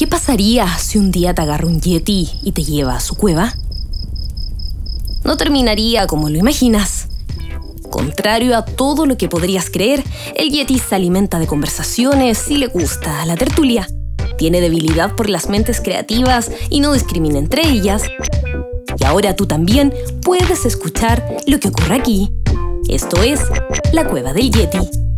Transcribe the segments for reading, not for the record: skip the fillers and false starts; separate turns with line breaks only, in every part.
pasaría si un día te agarra un yeti y te lleva a su cueva? No terminaría como lo imaginas. Contrario a todo lo que podrías creer, el yeti se alimenta de conversaciones y le gusta la tertulia. Tiene debilidad por las mentes creativas y no discrimina entre ellas. Y ahora tú también puedes escuchar lo que ocurre aquí. Esto es La Cueva del Yeti.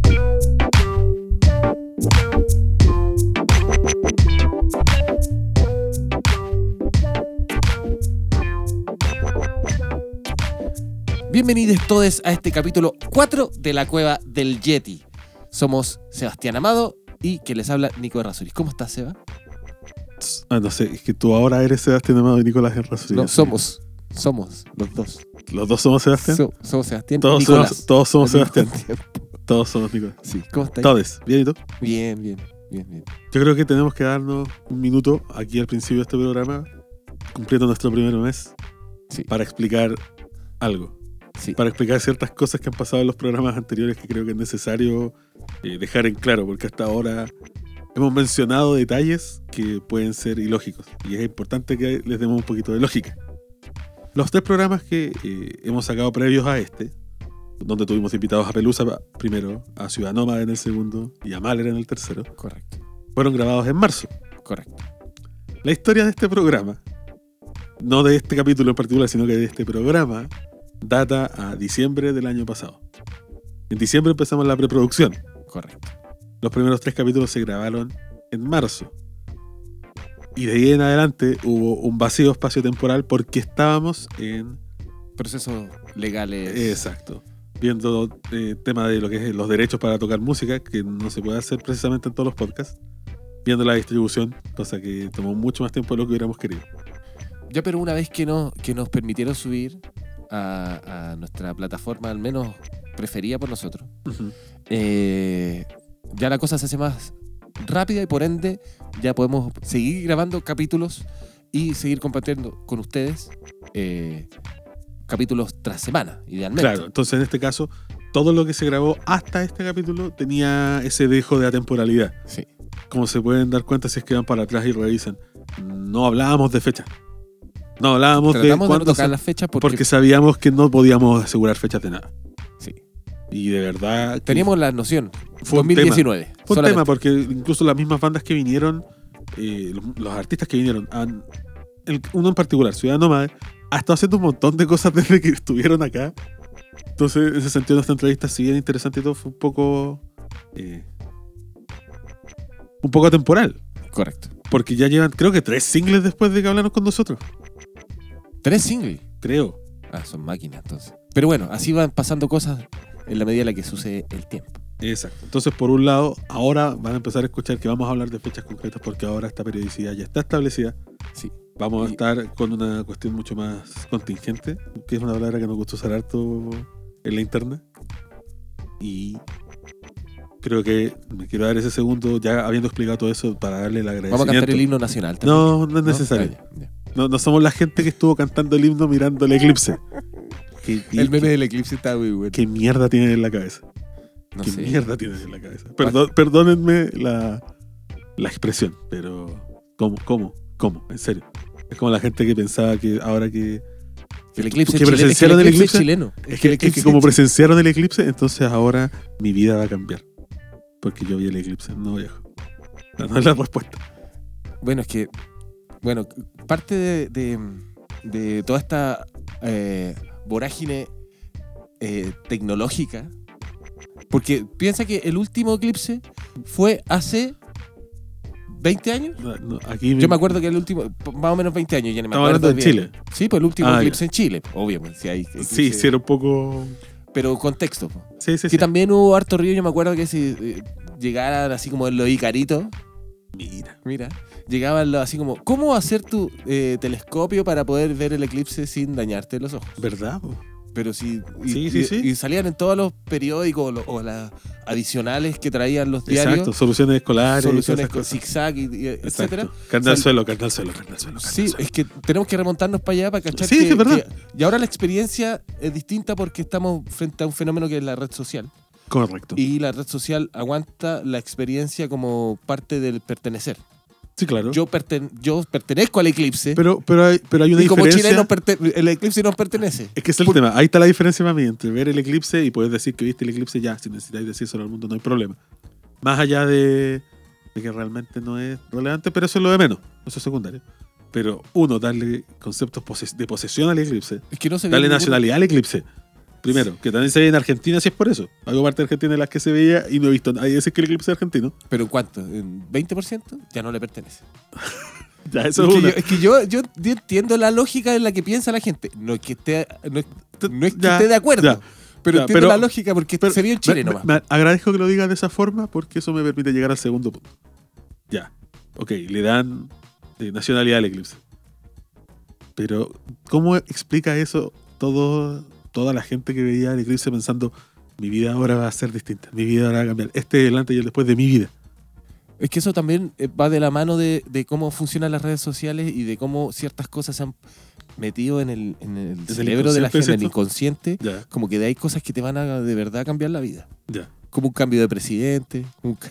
Bienvenidos todos a este capítulo 4 de La Cueva del Yeti. Somos Sebastián Amado y quien les habla, Nico Errázuriz. ¿Cómo estás, Seba?
No sé, es que tú ahora eres Sebastián Amado y Nicolás Errázuriz.
No, somos los dos.
¿Los dos somos Sebastián?
Somos Sebastián
Todos
y Nicolás.
todos somos
Al mismo
Sebastián.
tiempo.
Todos somos Nicolás.
Sí, ¿cómo estás?
Todos. ¿Bien y tú?
Bien.
Yo creo que tenemos que darnos un minuto aquí al principio de este programa, cumpliendo nuestro primer mes,
Sí.
para explicar algo.
Sí.
Para explicar ciertas cosas que han pasado en los programas anteriores que creo que es necesario dejar en claro, porque hasta ahora hemos mencionado detalles que pueden ser ilógicos y es importante que les demos un poquito de lógica. Los 3 programas que hemos sacado previos a este, donde tuvimos invitados a Pelusa primero, a Ciudad Nómada en el segundo y a Mahler en el tercero,
Correcto.
fueron grabados en marzo.
Correcto.
La historia de este programa, no de este capítulo en particular, sino que de este programa, data a diciembre del año pasado. En diciembre empezamos la preproducción.
Correcto.
Los primeros 3 capítulos se grabaron en marzo. Y de ahí en adelante hubo un vacío espacio-temporal porque estábamos en...
Procesos legales.
Exacto. Viendo tema de lo que es los derechos para tocar música, que no se puede hacer precisamente en todos los podcasts. Viendo la distribución, cosa que tomó mucho más tiempo de lo que hubiéramos querido.
Ya, pero una vez que nos permitieron subir a nuestra plataforma, al menos preferida por nosotros,
Uh-huh.
ya la cosa se hace más rápida y por ende ya podemos seguir grabando capítulos y seguir compartiendo con ustedes capítulos tras semana, idealmente.
Claro, entonces en este caso, todo lo que se grabó hasta este capítulo tenía ese dejo de atemporalidad.
Sí.
Como se pueden dar cuenta si es que van para atrás y revisan, no hablábamos de fecha. No hablábamos de
Tratamos de no
cuándo
tocar las fechas
porque sabíamos que no podíamos asegurar fechas de nada.
sí.
Y de verdad... que
Teníamos la noción.
fue un
2019.
Fue un
solamente.
tema porque incluso las mismas bandas que vinieron, los artistas que vinieron, uno en particular, Ciudad Nómada, ha estado haciendo un montón de cosas desde que estuvieron acá. Entonces, en ese sentido, nuestra entrevista, si bien interesante y todo, fue un poco atemporal.
Correcto.
Porque ya llevan, creo que 3 singles después de que hablaron con nosotros.
3 singles.
Creo.
Ah, son máquinas entonces. Pero bueno, así van pasando cosas en la medida en la que sucede el tiempo.
Exacto. Entonces, por un lado, ahora van a empezar a escuchar que vamos a hablar de fechas concretas porque ahora esta periodicidad ya está establecida.
Sí.
Vamos a estar con una cuestión mucho más contingente, que es una palabra que nos gusta usar harto en la interna. Y creo que me quiero dar ese segundo, ya habiendo explicado todo eso, para darle el agradecimiento.
Vamos a cantar el himno nacional también.
No es necesario.
Ah, ya.
No somos la gente que estuvo cantando el himno mirando el eclipse.
El meme del eclipse está muy bueno.
¿Qué mierda tienen en la cabeza?
No
¿Qué
sé.
mierda tienen en la cabeza? Perdónenme la expresión, pero ¿cómo? En serio. Es como la gente que pensaba que ahora que
El eclipse
que
chileno.
presenciaron el eclipse,
chileno.
es que como presenciaron el eclipse, entonces ahora mi vida va a cambiar. Porque yo vi el eclipse, no viejo. No es la respuesta.
Bueno, es que parte de toda esta vorágine tecnológica, porque piensa que el último eclipse fue hace 20 años.
Aquí
Yo me acuerdo que el último, más o menos 20 años, ya no me
Estamos
acuerdo
hablando de
bien.
Chile.
Sí, pues el último eclipse
Ya.
en Chile, obviamente. Si hay eclipse,
Sí, era un poco...
pero contexto. Po.
Sí.
Que también hubo harto río, yo me acuerdo que si llegaran así como los Icaritos, mira, llegaban así como, ¿cómo hacer tu telescopio para poder ver el eclipse sin dañarte los ojos?
¿Verdad? Po?
Pero sí.
Sí.
Y salían en todos los periódicos o las adicionales que traían los diarios.
Exacto, soluciones escolares.
Soluciones
con
con zigzag, etcétera.
Carne al suelo.
Sí, es que tenemos que remontarnos para allá para cachar
Sí, es verdad.
y ahora la experiencia es distinta porque estamos frente a un fenómeno que es la red social.
Correcto.
Y la red social aguanta la experiencia como parte del pertenecer.
Sí, claro.
Yo pertenezco al eclipse.
Pero hay una
y como
diferencia.
chileno, el eclipse nos pertenece.
Es que es el tema. Ahí está la diferencia para mí entre ver el eclipse y poder decir que viste el eclipse ya. Si necesitáis decírselo al mundo, no hay problema. Más allá de que realmente no es relevante, pero eso es lo de menos. Eso es secundario. Pero uno, darle conceptos de posesión al eclipse.
Es que no se ve
Darle
ningún-
nacionalidad al eclipse. Primero, que también se ve en Argentina, si es por eso. Hago parte de Argentina de las que se veía y no he visto nadie decir que el eclipse es argentino.
¿Pero en cuánto? ¿En 20%? Ya no le pertenece.
Ya, eso es una.
Es que yo entiendo la lógica en la que piensa la gente. No es que esté, no es que
Ya,
esté de acuerdo.
ya.
Pero
Ya,
entiendo
pero-
la lógica porque
Pero
se vio en Chile nomás.
me agradezco que lo digas de esa forma porque eso me permite llegar al segundo punto. Ya, ok, le dan nacionalidad al eclipse. Pero, ¿cómo explica eso toda la gente que veía el eclipse pensando mi vida ahora va a ser distinta, mi vida ahora va a cambiar? Este es el antes y el después de mi vida.
Es que eso también va de la mano de cómo funcionan las redes sociales y de cómo ciertas cosas se han metido en el cerebro de la gente, en el inconsciente.
Ya,
Como que de ahí cosas que te van a de verdad cambiar la vida.
ya.
Como un cambio de presidente.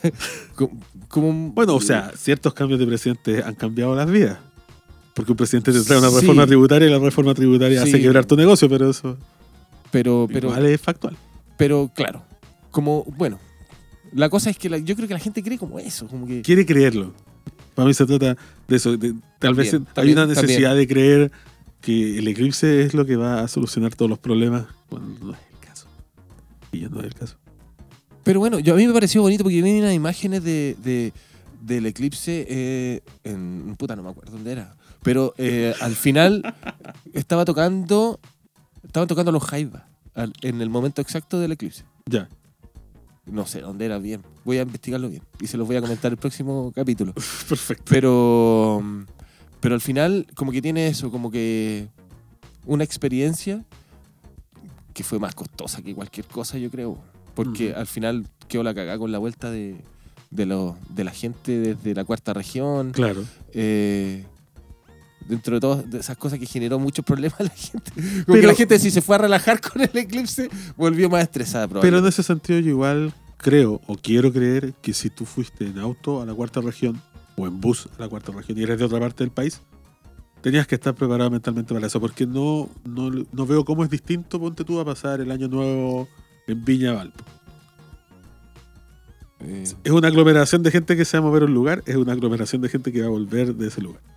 Bueno, o sea, ciertos cambios de presidente han cambiado las vidas. Porque un presidente te trae una
Sí.
reforma tributaria y la reforma tributaria
Sí.
hace quebrar tu negocio, pero eso
pero
igual es factual.
Pero claro, como, bueno, la cosa es que yo creo que la gente cree como eso, como que...
Quiere creerlo. Para mí se trata de eso. Tal vez hay una necesidad de creer que el eclipse es lo que va a solucionar todos los problemas, cuando no es el caso. Y ya no es el caso.
Pero bueno, a mí me pareció bonito porque vi unas imágenes del eclipse en... Puta, no me acuerdo dónde era. Pero al final estaban tocando los Jaivas en el momento exacto del eclipse.
Ya.
No sé dónde era bien. Voy a investigarlo bien y se los voy a comentar el próximo capítulo.
Perfecto.
Pero al final como que tiene eso, como que una experiencia que fue más costosa que cualquier cosa, yo creo. Porque al final quedó la cagada con la vuelta de la gente desde la cuarta región.
Claro.
Dentro de todas esas cosas que generó muchos problemas a la gente. Como que la gente, si se fue a relajar con el eclipse, volvió más estresada
Pero en
probablemente.
ese sentido yo igual creo o quiero creer que si tú fuiste en auto a la cuarta región o en bus a la cuarta región y eres de otra parte del país, tenías que estar preparado mentalmente para eso, porque no veo cómo es distinto, ponte tú, a pasar el año nuevo en Viña Valpo. Es una aglomeración de gente que se va a mover a un lugar, es una aglomeración de gente que va a volver de ese lugar.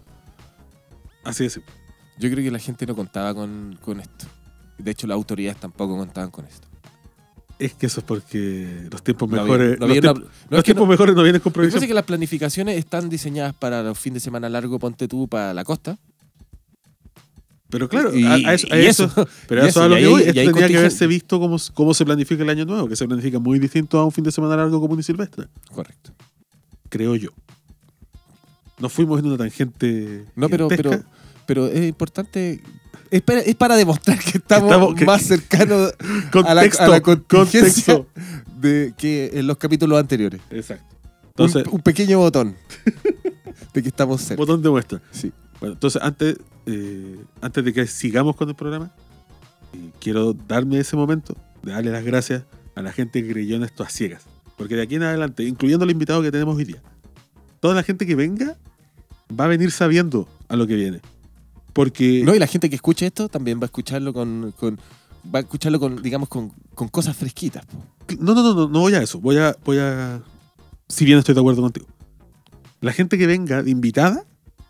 Así es.
Yo creo que la gente no contaba con esto. De hecho, las autoridades tampoco contaban con esto.
Es que eso es porque los tiempos
No
mejores.
había- no había una-
los tiempos mejores no vienen con
Lo que pasa
provisión.
es que las planificaciones están diseñadas para los fines de semana largo, ponte tú, para la costa.
Pero claro,
Y-
a eso,
y eso.
pero
y
eso
eso,
a lo
y
que
ahí-
voy.
y
Esto
ahí
tenía que
contingente.
haberse visto cómo se planifica el año nuevo, que se planifica muy distinto a un fin de semana largo común y silvestre,
Correcto.
creo yo. Nos fuimos en una tangente.
No, pero
gigantesca.
es importante. Es para demostrar que estamos
Estamos-
más cercanos a la contingencia de que en los capítulos anteriores.
Exacto. Entonces,
un pequeño botón de que estamos cerca.
botón de muestra.
Sí.
Bueno, entonces antes de que sigamos con el programa, quiero darme ese momento de darle las gracias a la gente que creyó en esto a ciegas. Porque de aquí en adelante, incluyendo el invitado que tenemos hoy día, toda la gente que venga va a venir sabiendo a lo que viene. Porque
No, y la gente que escuche esto también va a escucharlo va a escucharlo digamos, con cosas fresquitas. Po.
no voy a eso. Voy a si bien estoy de acuerdo contigo. La gente que venga de invitada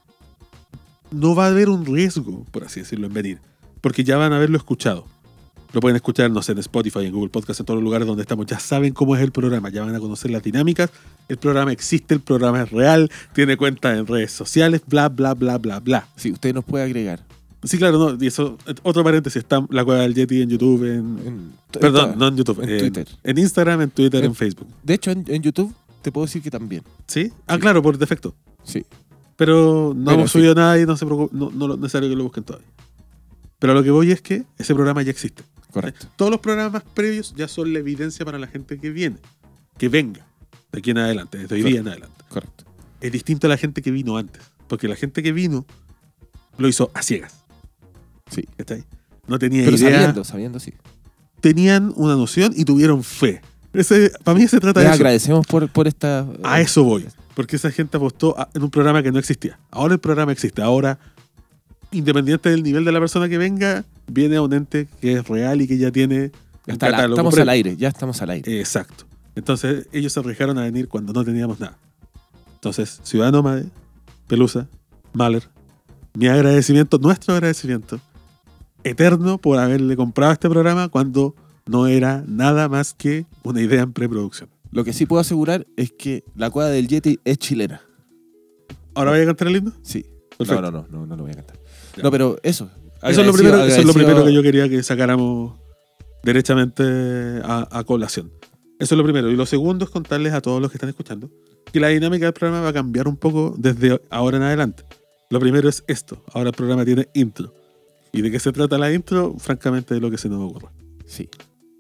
no va a haber un riesgo, por así decirlo, en venir. Porque ya van a haberlo escuchado. Lo pueden escuchar, no sé, en Spotify, en Google Podcast, en todos los lugares donde estamos. Ya saben cómo es el programa, ya van a conocer las dinámicas. El programa existe, el programa es real, tiene cuenta en redes sociales, bla, bla, bla, bla, bla.
Sí, usted nos puede agregar.
Sí, claro, no, y eso, otro paréntesis, está la Cueva del Yeti en YouTube, perdón, no en YouTube,
en Twitter.
En Instagram, en Twitter,
En-
en Facebook.
De hecho, en YouTube te puedo decir que también.
¿Sí? Ah,
Sí.
claro, por defecto.
Sí.
Pero no
Pero
hemos
sí.
subido nada y no se preocupe, no es necesario que lo busquen todavía. Pero a lo que voy es que ese programa ya existe.
Correcto.
Todos los programas previos ya son la evidencia para la gente que viene, que venga de aquí en adelante, desde hoy día en adelante.
Correcto.
Es distinto a la gente que vino antes, porque la gente que vino lo hizo a ciegas.
Sí.
¿Está ahí? No tenía
Pero
idea.
sabiendo, sí.
Tenían una noción y tuvieron fe. Para mí se trata
Les
de eso.
agradecemos por esta...
A eso voy. Porque esa gente apostó en un programa que no existía. Ahora el programa existe. Ahora, independiente del nivel de la persona que venga, viene a un ente que es real y que ya tiene un catálogo
Estamos
previo.
al aire, ya estamos al aire.
Exacto. Entonces, ellos se arriesgaron a venir cuando no teníamos nada. Entonces, Ciudad Nómade, Pelusa, Mahler, mi agradecimiento, nuestro agradecimiento eterno por haberle comprado este programa cuando no era nada más que una idea en preproducción.
Lo que sí puedo asegurar es que la cueva del Yeti es chilena.
¿Ahora voy a cantar el himno?
Sí.
Perfecto.
No lo voy a cantar.
Ya.
No, pero eso.
Eso es lo primero
Agradecido-
que yo quería que sacáramos derechamente a colación. Eso es lo primero. Y lo segundo es contarles a todos los que están escuchando que la dinámica del programa va a cambiar un poco desde ahora en adelante. Lo primero es esto. Ahora el programa tiene intro. ¿Y de qué se trata la intro? Francamente, de lo que se nos ocurra.
Sí.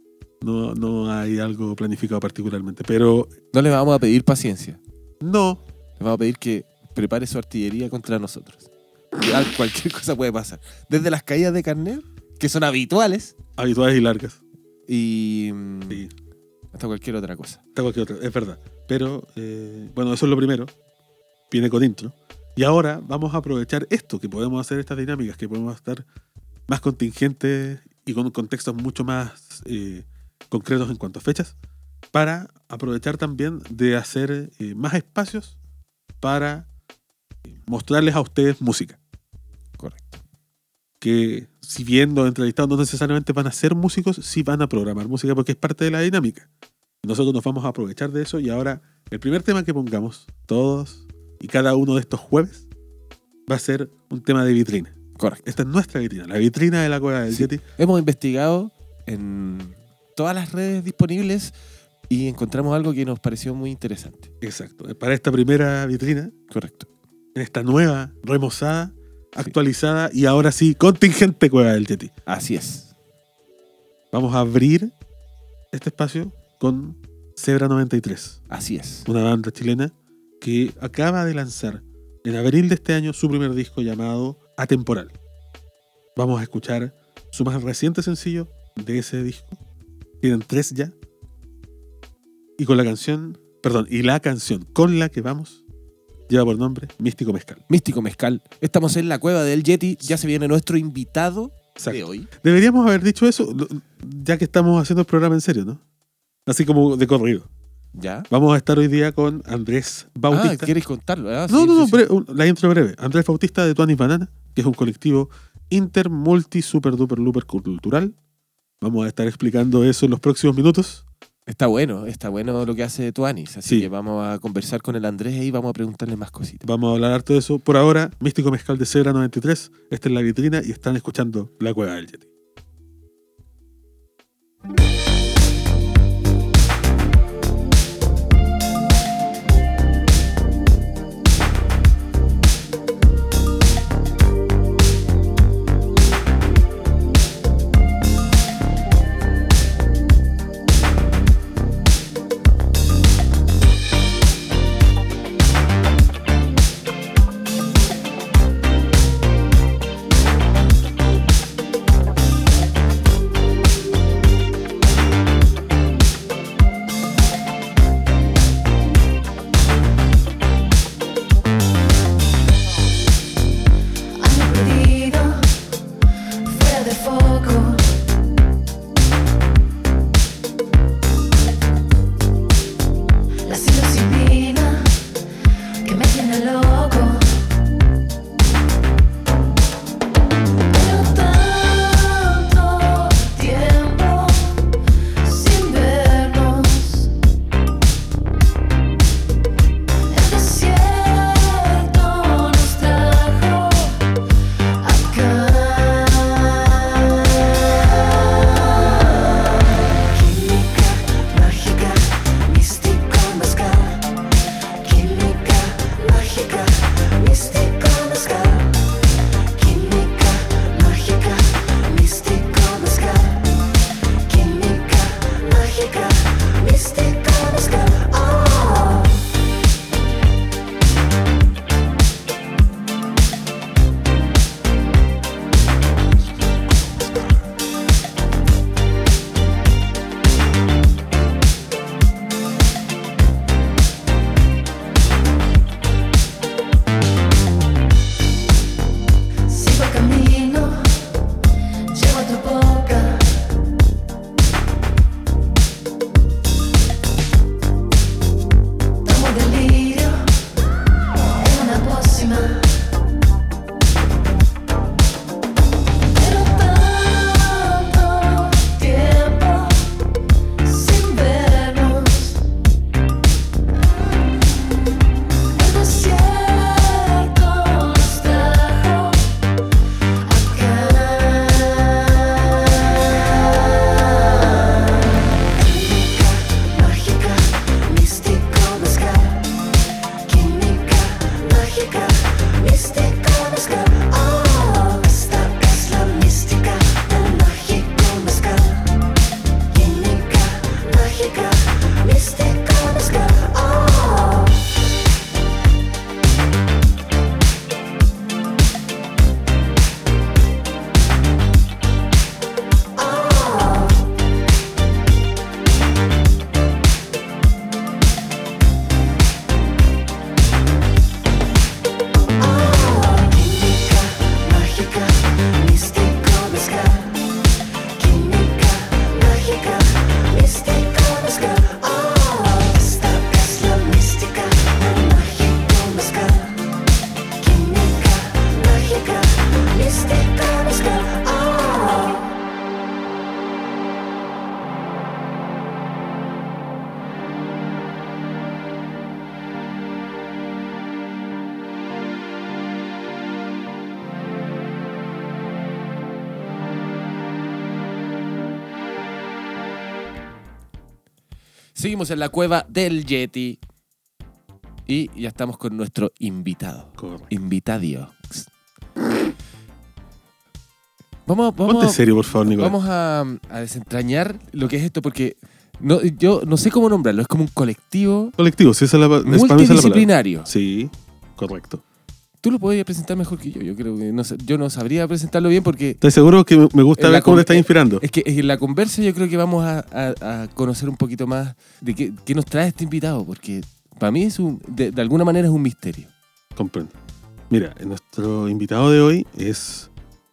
No hay algo planificado particularmente. Pero
No le vamos a pedir paciencia.
no.
Le vamos a pedir que prepare su artillería contra nosotros. Cualquier cosa puede pasar. Desde las caídas de carnet, que son habituales,
Habituales y largas.
y
Sí.
hasta cualquier otra cosa.
Está cualquier otra, es verdad. Pero, bueno, eso es lo primero. Viene con intro. Y ahora vamos a aprovechar esto, que podemos hacer estas dinámicas, que podemos estar más contingentes y con contextos mucho más concretos en cuanto a fechas, para aprovechar también de hacer más espacios para mostrarles a ustedes música.
Correcto.
Que si bien los entrevistados no necesariamente van a ser músicos, sí van a programar música porque es parte de la dinámica. Y nosotros nos vamos a aprovechar de eso y ahora el primer tema que pongamos, todos y cada uno de estos jueves, va a ser un tema de vitrina.
Correcto.
Esta es nuestra vitrina, la vitrina de la cueva del
Sí.
Yeti.
Hemos investigado en todas las redes disponibles y encontramos algo que nos pareció muy interesante.
Exacto. Para esta primera vitrina,
Correcto.
en esta nueva, remozada, actualizada y ahora sí, contingente cueva del Yeti.
Así es.
Vamos a abrir este espacio con Zebra 93.
Así es.
Una banda chilena que acaba de lanzar en abril de este año su primer disco llamado Atemporal. Vamos a escuchar su más reciente sencillo de ese disco. Tienen 3 ya. Y con la canción, y la canción con la que vamos lleva por nombre Místico Mezcal.
Místico Mezcal. Estamos en la cueva del Yeti. Ya se viene nuestro invitado de
Exacto.
hoy.
Deberíamos haber dicho eso, ya que estamos haciendo el programa en serio, ¿no? Así como de corrido.
¿Ya?
Vamos a estar hoy día con Andrés Bautista.
¿Quieres contarlo? Ah,
No,
sí,
no,
sí, sí.
la intro breve. Andrés Bautista de Tuanis Banana, que es un colectivo inter, multi, super, duper, luper cultural. Vamos a estar explicando eso en los próximos minutos.
Está bueno lo que hace Tuanis. Así
Sí.
que vamos a conversar con el Andrés y vamos a preguntarle más cositas.
Vamos a hablar harto de eso. Por ahora, Místico Mezcal de Zebra 93. Esta es la vitrina y están escuchando La Cueva del Yeti.
Seguimos en la cueva del Yeti. Y ya estamos con nuestro invitado.
Correcto.
Invitadio.
Ponte serio, por favor, Nicolás.
Vamos a desentrañar lo que es esto, porque yo no sé cómo nombrarlo. Es como un colectivo
Colectivo, sí, esa es para mí esa es la palabra.
multidisciplinario.
Sí, correcto.
Tú lo podías presentar mejor que yo. Yo creo que yo no sabría presentarlo bien porque
¿Estás seguro que me gusta
En
ver
la
cómo te
con-
estás inspirando?
es que en la conversa yo creo que vamos a conocer un poquito más de qué nos trae este invitado, porque para mí es de alguna manera es un misterio.
Comprendo. Mira, nuestro invitado de hoy es...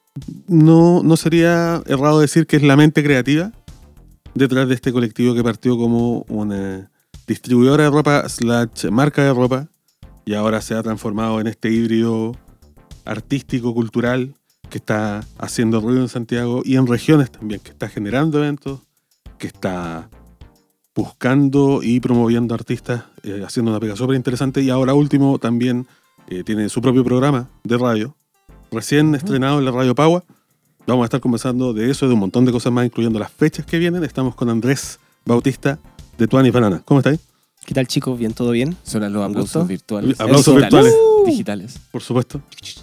No sería errado decir que es la mente creativa detrás de este colectivo que partió como una distribuidora de ropa / marca de ropa y ahora se ha transformado en este híbrido artístico, cultural, que está haciendo ruido en Santiago y en regiones también, que está generando eventos, que está buscando y promoviendo artistas, haciendo una pega súper interesante y ahora último también tiene su propio programa de radio, recién estrenado en la Radio Pagua. Vamos a estar conversando de eso y de un montón de cosas más, incluyendo las fechas que vienen. Estamos con Andrés Bautista de Tuanis Banana. ¿Cómo estáis?
¿Qué tal, chicos? ¿Bien? ¿Todo bien?
Suenan los
Un
aplausos
gusto.
virtuales.
Aplausos
Digitales.
virtuales.
Digitales.
Por supuesto.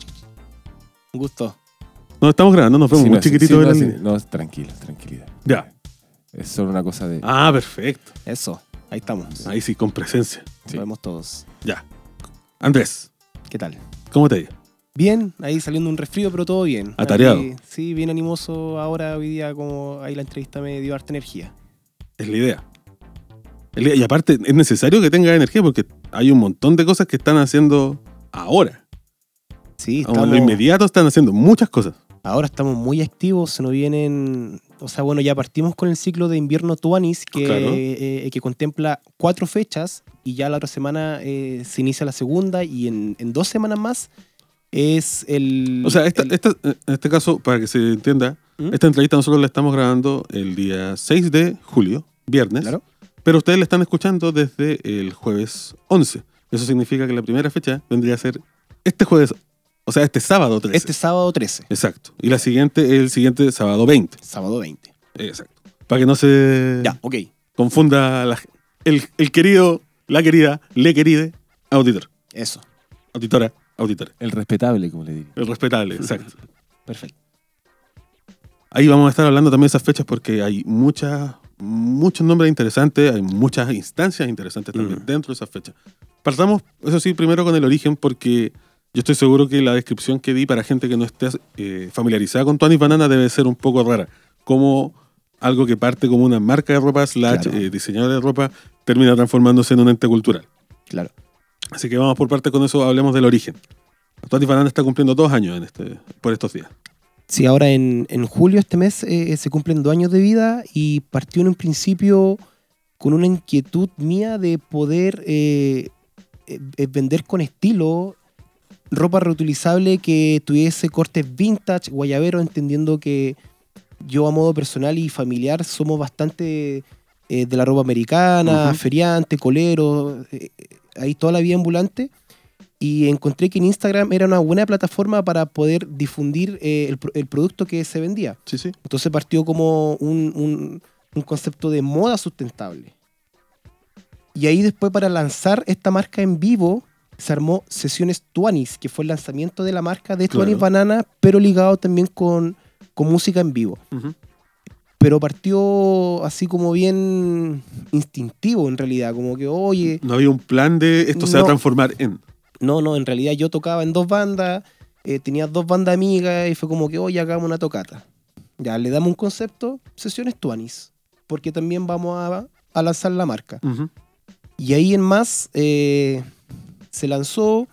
Un gusto.
No, estamos grabando, nos vemos
Sí,
muy
no, sí,
chiquititos.
sí,
de la
no, sí,
línea.
no, tranquilo, tranquilidad.
Ya.
Es solo una cosa de...
Ah, perfecto.
Eso. Ahí estamos.
Ahí sí, con presencia.
Sí.
Nos vemos todos.
Ya. Andrés,
¿Qué tal?
¿cómo te ha ido?
Bien, ahí saliendo un resfrío, pero todo bien.
Atareado.
Ahí, sí, bien animoso ahora, hoy día, como ahí la entrevista me dio harta energía.
Es la idea. Y aparte, es necesario que tenga energía porque hay un montón de cosas que están haciendo ahora.
Sí,
Como en lo inmediato están haciendo muchas cosas.
ahora estamos muy activos, se nos vienen... O sea, bueno, ya partimos con el ciclo de invierno Tuanis, que,
Claro.
que contempla 4 fechas, y ya la otra semana se inicia la segunda, y en 2 semanas más es el...
O sea, en
el-
este caso, para que se entienda,
¿Mm?
esta entrevista nosotros la estamos grabando el día 6 de julio, viernes,
Claro.
pero ustedes la están escuchando desde el jueves 11. Eso significa que la primera fecha vendría a ser este jueves, o sea, este sábado 13.
Este sábado 13,
Exacto. Y la siguiente, el siguiente sábado 20.
sábado 20.
Exacto. Para que no se
Ya, ok.
confunda el querido, la querida, le queride, auditor.
Eso.
Auditora, auditora.
El respetable, como le diría.
El respetable, exacto.
Perfecto.
Ahí vamos a estar hablando también de esas fechas porque hay muchos nombres interesantes, hay muchas instancias interesantes también dentro de esas fechas. Partamos, eso sí, primero con el origen porque yo estoy seguro que la descripción que di para gente que no esté familiarizada con Tuanis Banana debe ser un poco rara. Como algo que parte como una marca de ropa /
Claro.
diseñador de ropa termina transformándose en un ente cultural.
Claro.
Así que vamos por parte con eso, hablemos del origen. Tuanis Banana está cumpliendo 2 años por estos días.
Sí, ahora en julio este mes se cumplen 2 años de vida y partió en un principio con una inquietud mía de poder vender con estilo ropa reutilizable que tuviese cortes vintage, guayabero, entendiendo que yo a modo personal y familiar somos bastante de la ropa americana,
Ujú.
feriante, colero, ahí toda la vida ambulante. Y encontré que en Instagram era una buena plataforma para poder difundir el producto que se vendía.
Sí, sí.
Entonces partió como un concepto de moda sustentable. Y ahí después, para lanzar esta marca en vivo, se armó Sesiones Tuanis, que fue el lanzamiento de la marca de Tuanis
Claro.
Banana, pero ligado también con música en vivo.
Ujú.
Pero partió así como bien instintivo en realidad, como que, oye,
No había un plan de esto se va a
No.
transformar en.
no, en realidad yo tocaba en 2 bandas, tenía 2 bandas amigas y fue como que, oye, hagamos una tocata. Ya, le damos un concepto, Sesiones Tuanis, porque también vamos a lanzar la marca.
Ujú.
Y ahí en más se lanzó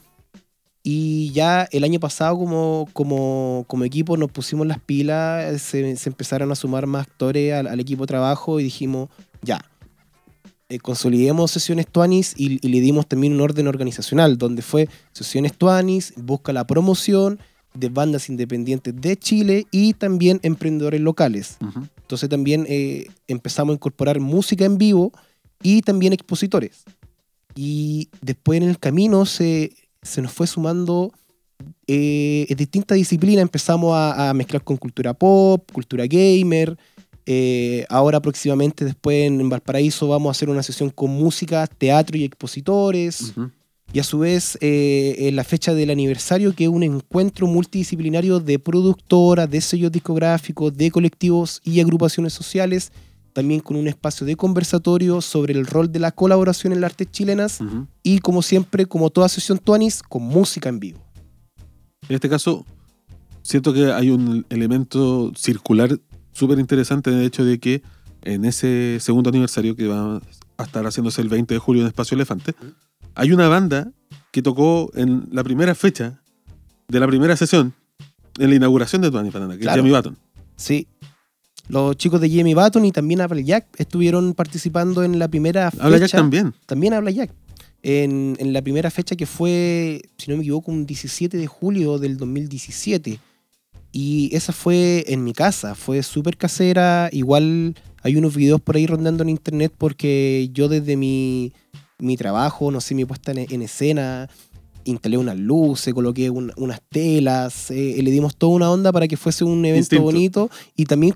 y ya el año pasado como equipo nos pusimos las pilas, se empezaron a sumar más actores al equipo de trabajo y dijimos, ya, consolidemos Sesiones Tuanis y le dimos también un orden organizacional, donde fue Sesiones Tuanis, busca la promoción de bandas independientes de Chile y también emprendedores locales.
Ujú.
Entonces también empezamos a incorporar música en vivo y también expositores. Y después en el camino se nos fue sumando distintas disciplinas. Empezamos a mezclar con cultura pop, cultura gamer, Ahora próximamente después en Valparaíso vamos a hacer una sesión con música, teatro y expositores.
Ujú.
Y a su vez, en la fecha del aniversario, que es un encuentro multidisciplinario de productoras, de sellos discográficos, de colectivos y agrupaciones sociales, también con un espacio de conversatorio sobre el rol de la colaboración en las artes chilenas
Ujú.
y, como siempre, como toda sesión Tuanis, con música en vivo.
En este caso, siento que hay un elemento circular súper interesante en el hecho de que en ese segundo aniversario que va a estar haciéndose el 20 de julio en Espacio Elefante, hay una banda que tocó en la primera fecha de la primera sesión, en la inauguración de Tuanis Banana, que
Claro.
es Jamie Button.
Sí. Los chicos de Jamie Button y también Applejack estuvieron participando en la primera fecha.
Habla Jack también.
También Applejack. En la primera fecha que fue, si no me equivoco, un 17 de julio del 2017. Y esa fue en mi casa, fue súper casera. Igual hay unos videos por ahí rondando en internet porque yo desde mi trabajo, no sé, mi puesta en escena, instalé unas luces, coloqué unas telas, le dimos toda una onda para que fuese un evento
Distinto.
bonito y también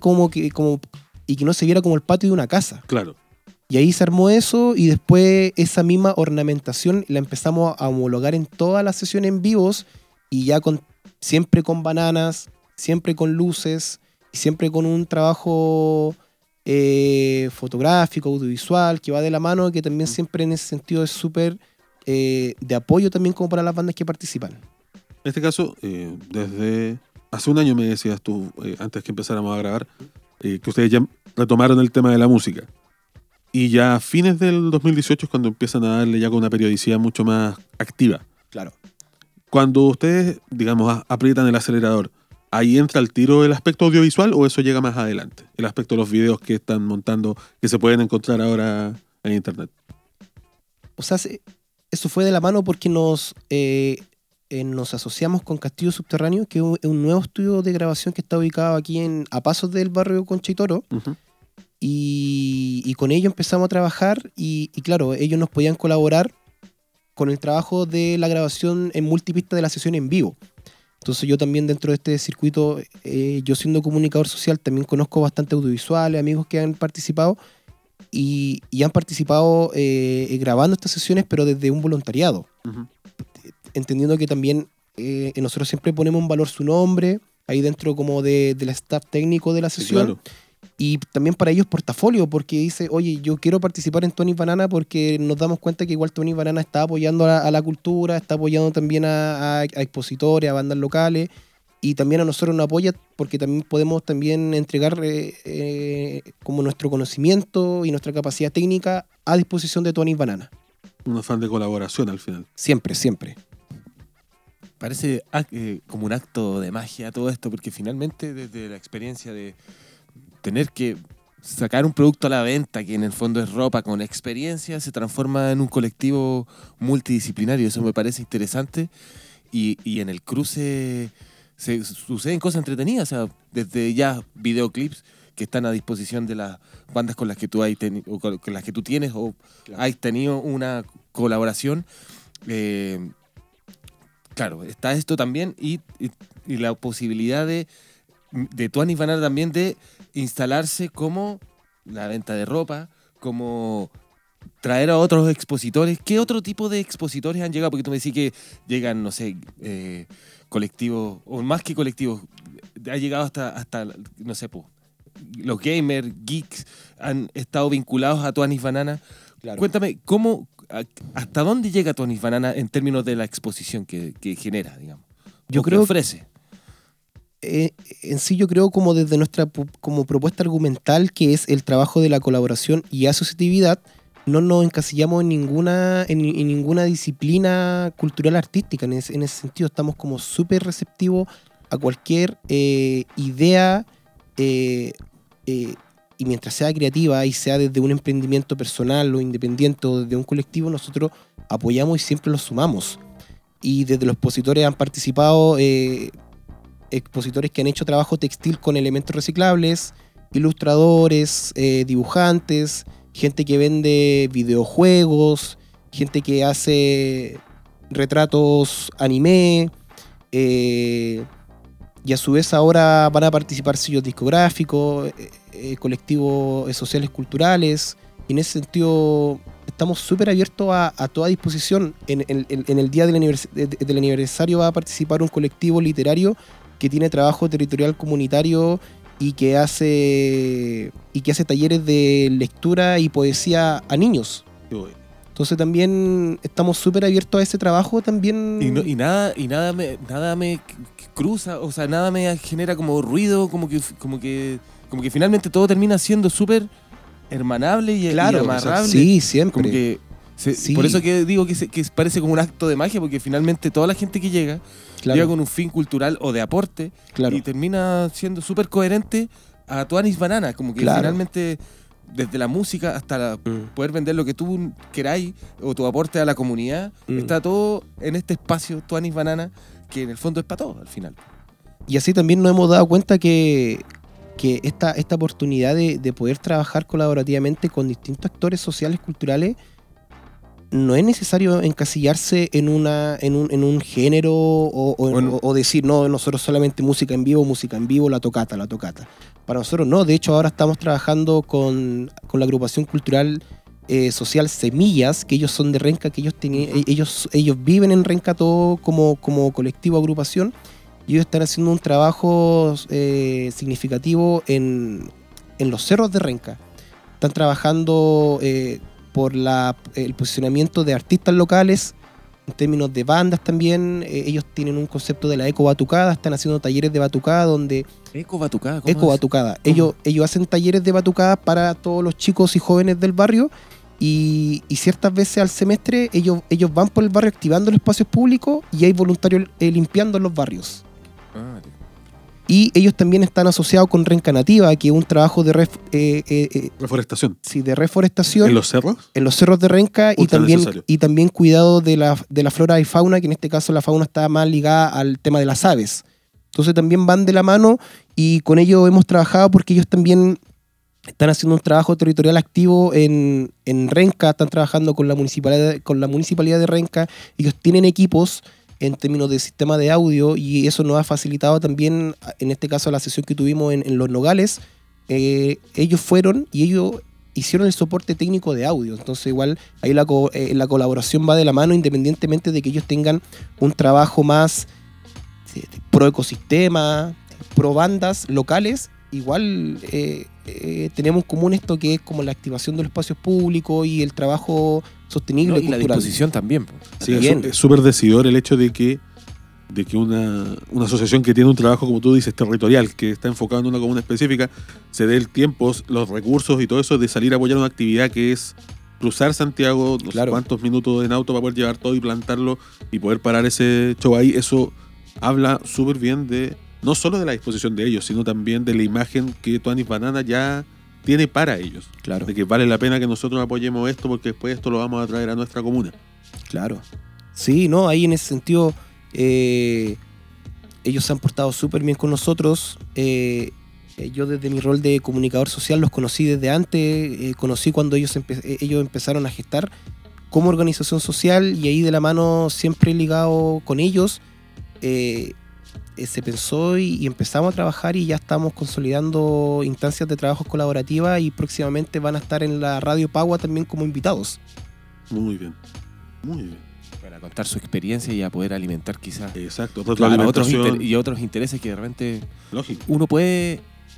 y que no se viera como el patio de una casa.
Claro.
Y ahí se armó eso y después esa misma ornamentación la empezamos a homologar en todas las sesiones en vivos y ya siempre con bananas, siempre con luces y siempre con un trabajo fotográfico, audiovisual que va de la mano, que también siempre en ese sentido es súper de apoyo también como para las bandas que participan.
En este caso, desde hace un año me decías tú, antes que empezáramos a grabar, que ustedes ya retomaron el tema de la música. Y ya a fines del 2018 es cuando empiezan a darle ya con una periodicidad mucho más activa.
Claro.
Cuando ustedes, digamos, aprietan el acelerador, ¿ahí entra al tiro el aspecto audiovisual o eso llega más adelante? El aspecto de los videos que están montando, que se pueden encontrar ahora en internet.
O sea, eso fue de la mano porque nos asociamos con Castillo Subterráneo, que es un nuevo estudio de grabación que está ubicado aquí a pasos del barrio Concha y Toro.
Ujú.
Y con ellos empezamos a trabajar y claro, ellos nos podían colaborar con el trabajo de la grabación en multipista de la sesión en vivo. Entonces yo también dentro de este circuito, yo siendo comunicador social, también conozco bastante audiovisuales, amigos que han participado y han participado grabando estas sesiones, pero desde un voluntariado.
Ujú.
Entendiendo que también nosotros siempre ponemos en valor su nombre, ahí dentro como del staff técnico de la
Sí,
sesión.
claro.
Y también para ellos portafolio, porque dice, oye, yo quiero participar en Tuanis Banana porque nos damos cuenta que igual Tuanis Banana está apoyando a la cultura, está apoyando también a expositores, a bandas locales, y también a nosotros nos apoya porque también podemos también entregar como nuestro conocimiento y nuestra capacidad técnica a disposición de Tuanis Banana.
Un afán de colaboración al final.
Siempre, siempre.
Parece como un acto de magia todo esto, porque finalmente desde la experiencia de tener que sacar un producto a la venta, que en el fondo es ropa con experiencia, se transforma en un colectivo multidisciplinario. Eso me parece interesante. Y en el cruce suceden cosas entretenidas, o sea, desde ya videoclips que están a disposición de las bandas con las que tú o con las que tú tienes o has tenido una colaboración. Claro, está esto también y la posibilidad de Tuanis Banana también de instalarse como la venta de ropa, como traer a otros expositores. ¿Qué otro tipo de expositores han llegado? Porque tú me decís que llegan, no sé, colectivos, o más que colectivos, ha llegado hasta no sé, los gamers, geeks, han estado vinculados a Tuanis Banana.
Claro.
Cuéntame, ¿hasta dónde llega Tuanis Banana en términos de la exposición que genera, digamos?
Yo
o que
creo que
ofrece.
En sí yo creo como desde nuestra como propuesta argumental, que es el trabajo de la colaboración y asociatividad, no nos encasillamos en ninguna disciplina cultural artística. En ese sentido estamos como súper receptivos a cualquier idea y mientras sea creativa y sea desde un emprendimiento personal o independiente o desde un colectivo, nosotros apoyamos y siempre los sumamos. Y desde los expositores han participado expositores que han hecho trabajo textil con elementos reciclables, ilustradores, dibujantes, gente que vende videojuegos, gente que hace retratos anime, Y a su vez ahora van a participar sellos discográficos, colectivos sociales culturales. Y en ese sentido estamos súper abiertos a toda disposición. En el día del aniversario va a participar un colectivo literario que tiene trabajo territorial comunitario y que hace talleres de lectura y poesía a niños. Entonces también estamos súper abiertos a ese trabajo también.
Y nada me cruza, o sea, nada me genera como ruido, como que finalmente todo termina siendo súper hermanable y amarrable.
Sí, siempre.
Como que sí. Por eso que digo que parece como un acto de magia, porque finalmente toda la gente que llega con un fin cultural o de aporte y termina siendo súper coherente a Tuanis Banana, como que finalmente desde la música hasta poder vender lo que tú queráis o tu aporte a la comunidad, está todo en este espacio Tuanis Banana, que en el fondo es para todos al final.
Y así también nos hemos dado cuenta que esta oportunidad de poder trabajar colaborativamente con distintos actores sociales, culturales, no es necesario encasillarse en un género o decir, no, nosotros solamente música en vivo, la tocata. Para nosotros no, de hecho ahora estamos trabajando con la agrupación cultural social Semillas, que ellos son de Renca, que ellos viven en Renca todo como colectivo agrupación, y ellos están haciendo un trabajo significativo en los cerros de Renca. Están trabajando por el posicionamiento de artistas locales, en términos de bandas también. Ellos tienen un concepto de la eco-batucada, están haciendo talleres de batucada donde...
¿Eco-batucada?
Eco-batucada. Ellos hacen talleres de batucada para todos los chicos y jóvenes del barrio y ciertas veces al semestre ellos van por el barrio activando los espacios públicos y hay voluntarios limpiando los barrios. Y ellos también están asociados con Renca Nativa, que es un trabajo de
reforestación.
Sí, de reforestación.
¿En los cerros?
En los cerros de Renca
Necesario.
y también cuidado de la flora y fauna, que en este caso la fauna está más ligada al tema de las aves. Entonces también van de la mano y con ellos hemos trabajado porque ellos también están haciendo un trabajo territorial activo en Renca, están trabajando con la municipalidad de Renca. Ellos tienen equipos en términos de sistema de audio y eso nos ha facilitado también, en este caso la sesión que tuvimos en Los Nogales, ellos fueron y ellos hicieron el soporte técnico de audio. Entonces igual ahí la colaboración va de la mano, independientemente de que ellos tengan un trabajo más pro ecosistema, pro bandas locales. Igual tenemos en común esto que es como la activación de los espacios públicos y el trabajo sostenible
y la disposición también.
Sí, es súper decidor el hecho de que una asociación que tiene un trabajo, como tú dices, territorial, que está enfocado en una comuna específica, se dé el tiempo, los recursos y todo eso de salir a apoyar una actividad que es cruzar Santiago, no sé cuántos minutos en auto para poder llevar todo y plantarlo y poder parar ese show ahí. Eso habla súper bien de no solo de la disposición de ellos, sino también de la imagen que Tuanis Banana ya tiene para ellos.
Claro.
De que vale la pena que nosotros apoyemos esto porque después esto lo vamos a traer a nuestra comuna.
Claro. Sí, no, ahí en ese sentido ellos se han portado súper bien con nosotros. Yo desde mi rol de comunicador social los conocí desde antes, conocí cuando ellos empezaron a gestar como organización social y ahí de la mano siempre ligado con ellos. Se pensó y empezamos a trabajar y ya estamos consolidando instancias de trabajos colaborativas y próximamente van a estar en la Radio Pagua también como invitados.
Muy bien, muy bien.
Para contar su experiencia y a poder alimentar quizás.
Exacto,
otros intereses que de repente
lógico.
uno puede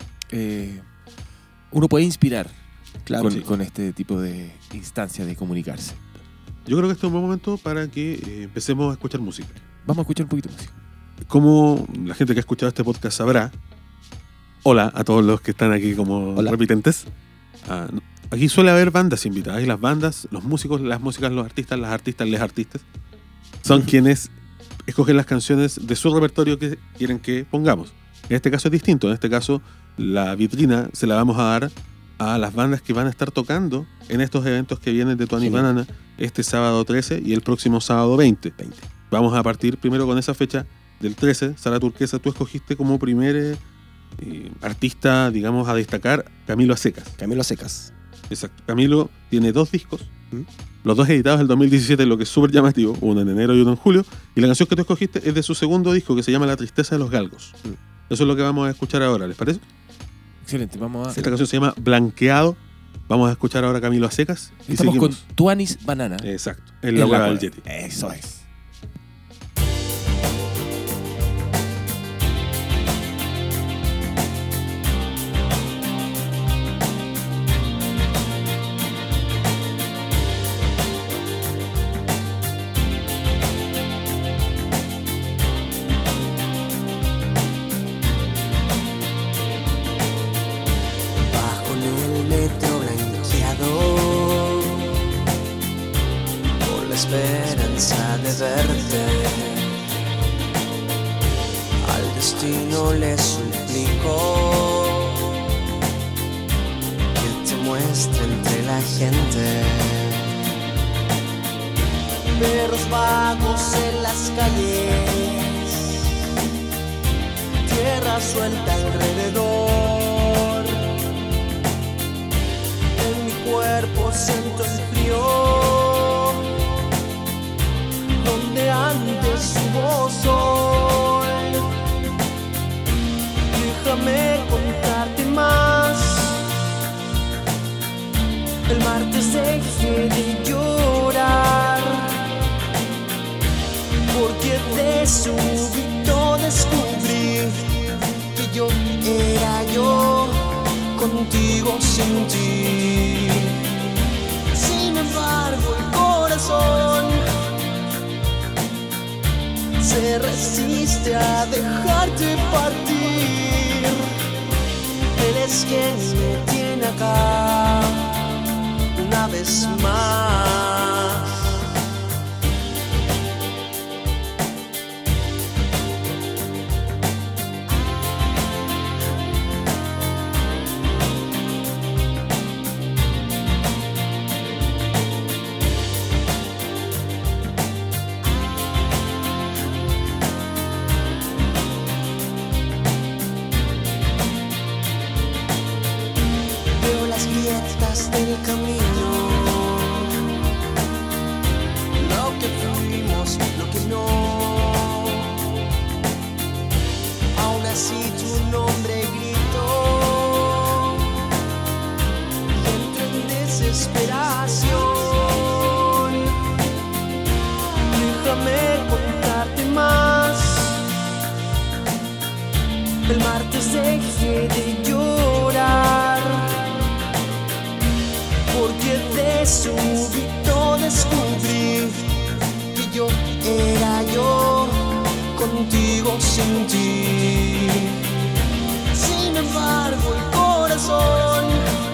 inspirar con este tipo de instancias de comunicarse.
Yo creo que este es un buen momento para que empecemos a escuchar música.
Vamos a escuchar un poquito de música.
Como la gente que ha escuchado este podcast sabrá, hola a todos los que están aquí como repitentes. Aquí suele haber bandas invitadas y las bandas, los músicos, las músicas, los artistas, las artistas, les artistas son quienes escogen las canciones de su repertorio que quieren que pongamos. En este caso es distinto, en este caso la vitrina se la vamos a dar a las bandas que van a estar tocando en estos eventos que vienen de Tuanis Banana este sábado 13 y el próximo sábado 20. Vamos a partir primero con esa fecha del 13, Sala Turquesa. Tú escogiste como primer artista, digamos, a destacar Camilo a Secas.
Camilo a Secas.
Exacto. Camilo tiene 2 discos, los 2 editados en el 2017, lo que es súper llamativo, uno en enero y uno en julio, y la canción que tú escogiste es de su segundo disco que se llama La Tristeza de los Galgos. Eso es lo que vamos a escuchar ahora, ¿les parece?
Excelente, vamos a...
Esta canción se llama Blanqueado. Vamos a escuchar ahora Camilo a secas. Y
Estamos
seguimos.
con Tuanis Banana.
Exacto, en la hueá del Yeti.
Eso es.
Bajo en el metro blanqueado, por la esperanza de verte, al destino le suplico que te muestre entre la gente. Perros vagos en las calles, tierra suelta alrededor. En mi cuerpo siento el frío, donde antes hubo sol. Déjame contarte más. El martes dejé de llorar, porque de súbito descubrí que yo era yo, contigo sin ti. Sin embargo el corazón se resiste a dejarte partir. Él es quien me tiene acá una vez más. Veo las grietas del camino, lo que fuimos, lo que no. Aún así tu nombre grito, y entro en desesperación. Déjame contarte más. El martes dejé de llorar, porque de súbito descubrí que yo era yo, contigo sin ti. Sin embargo el corazón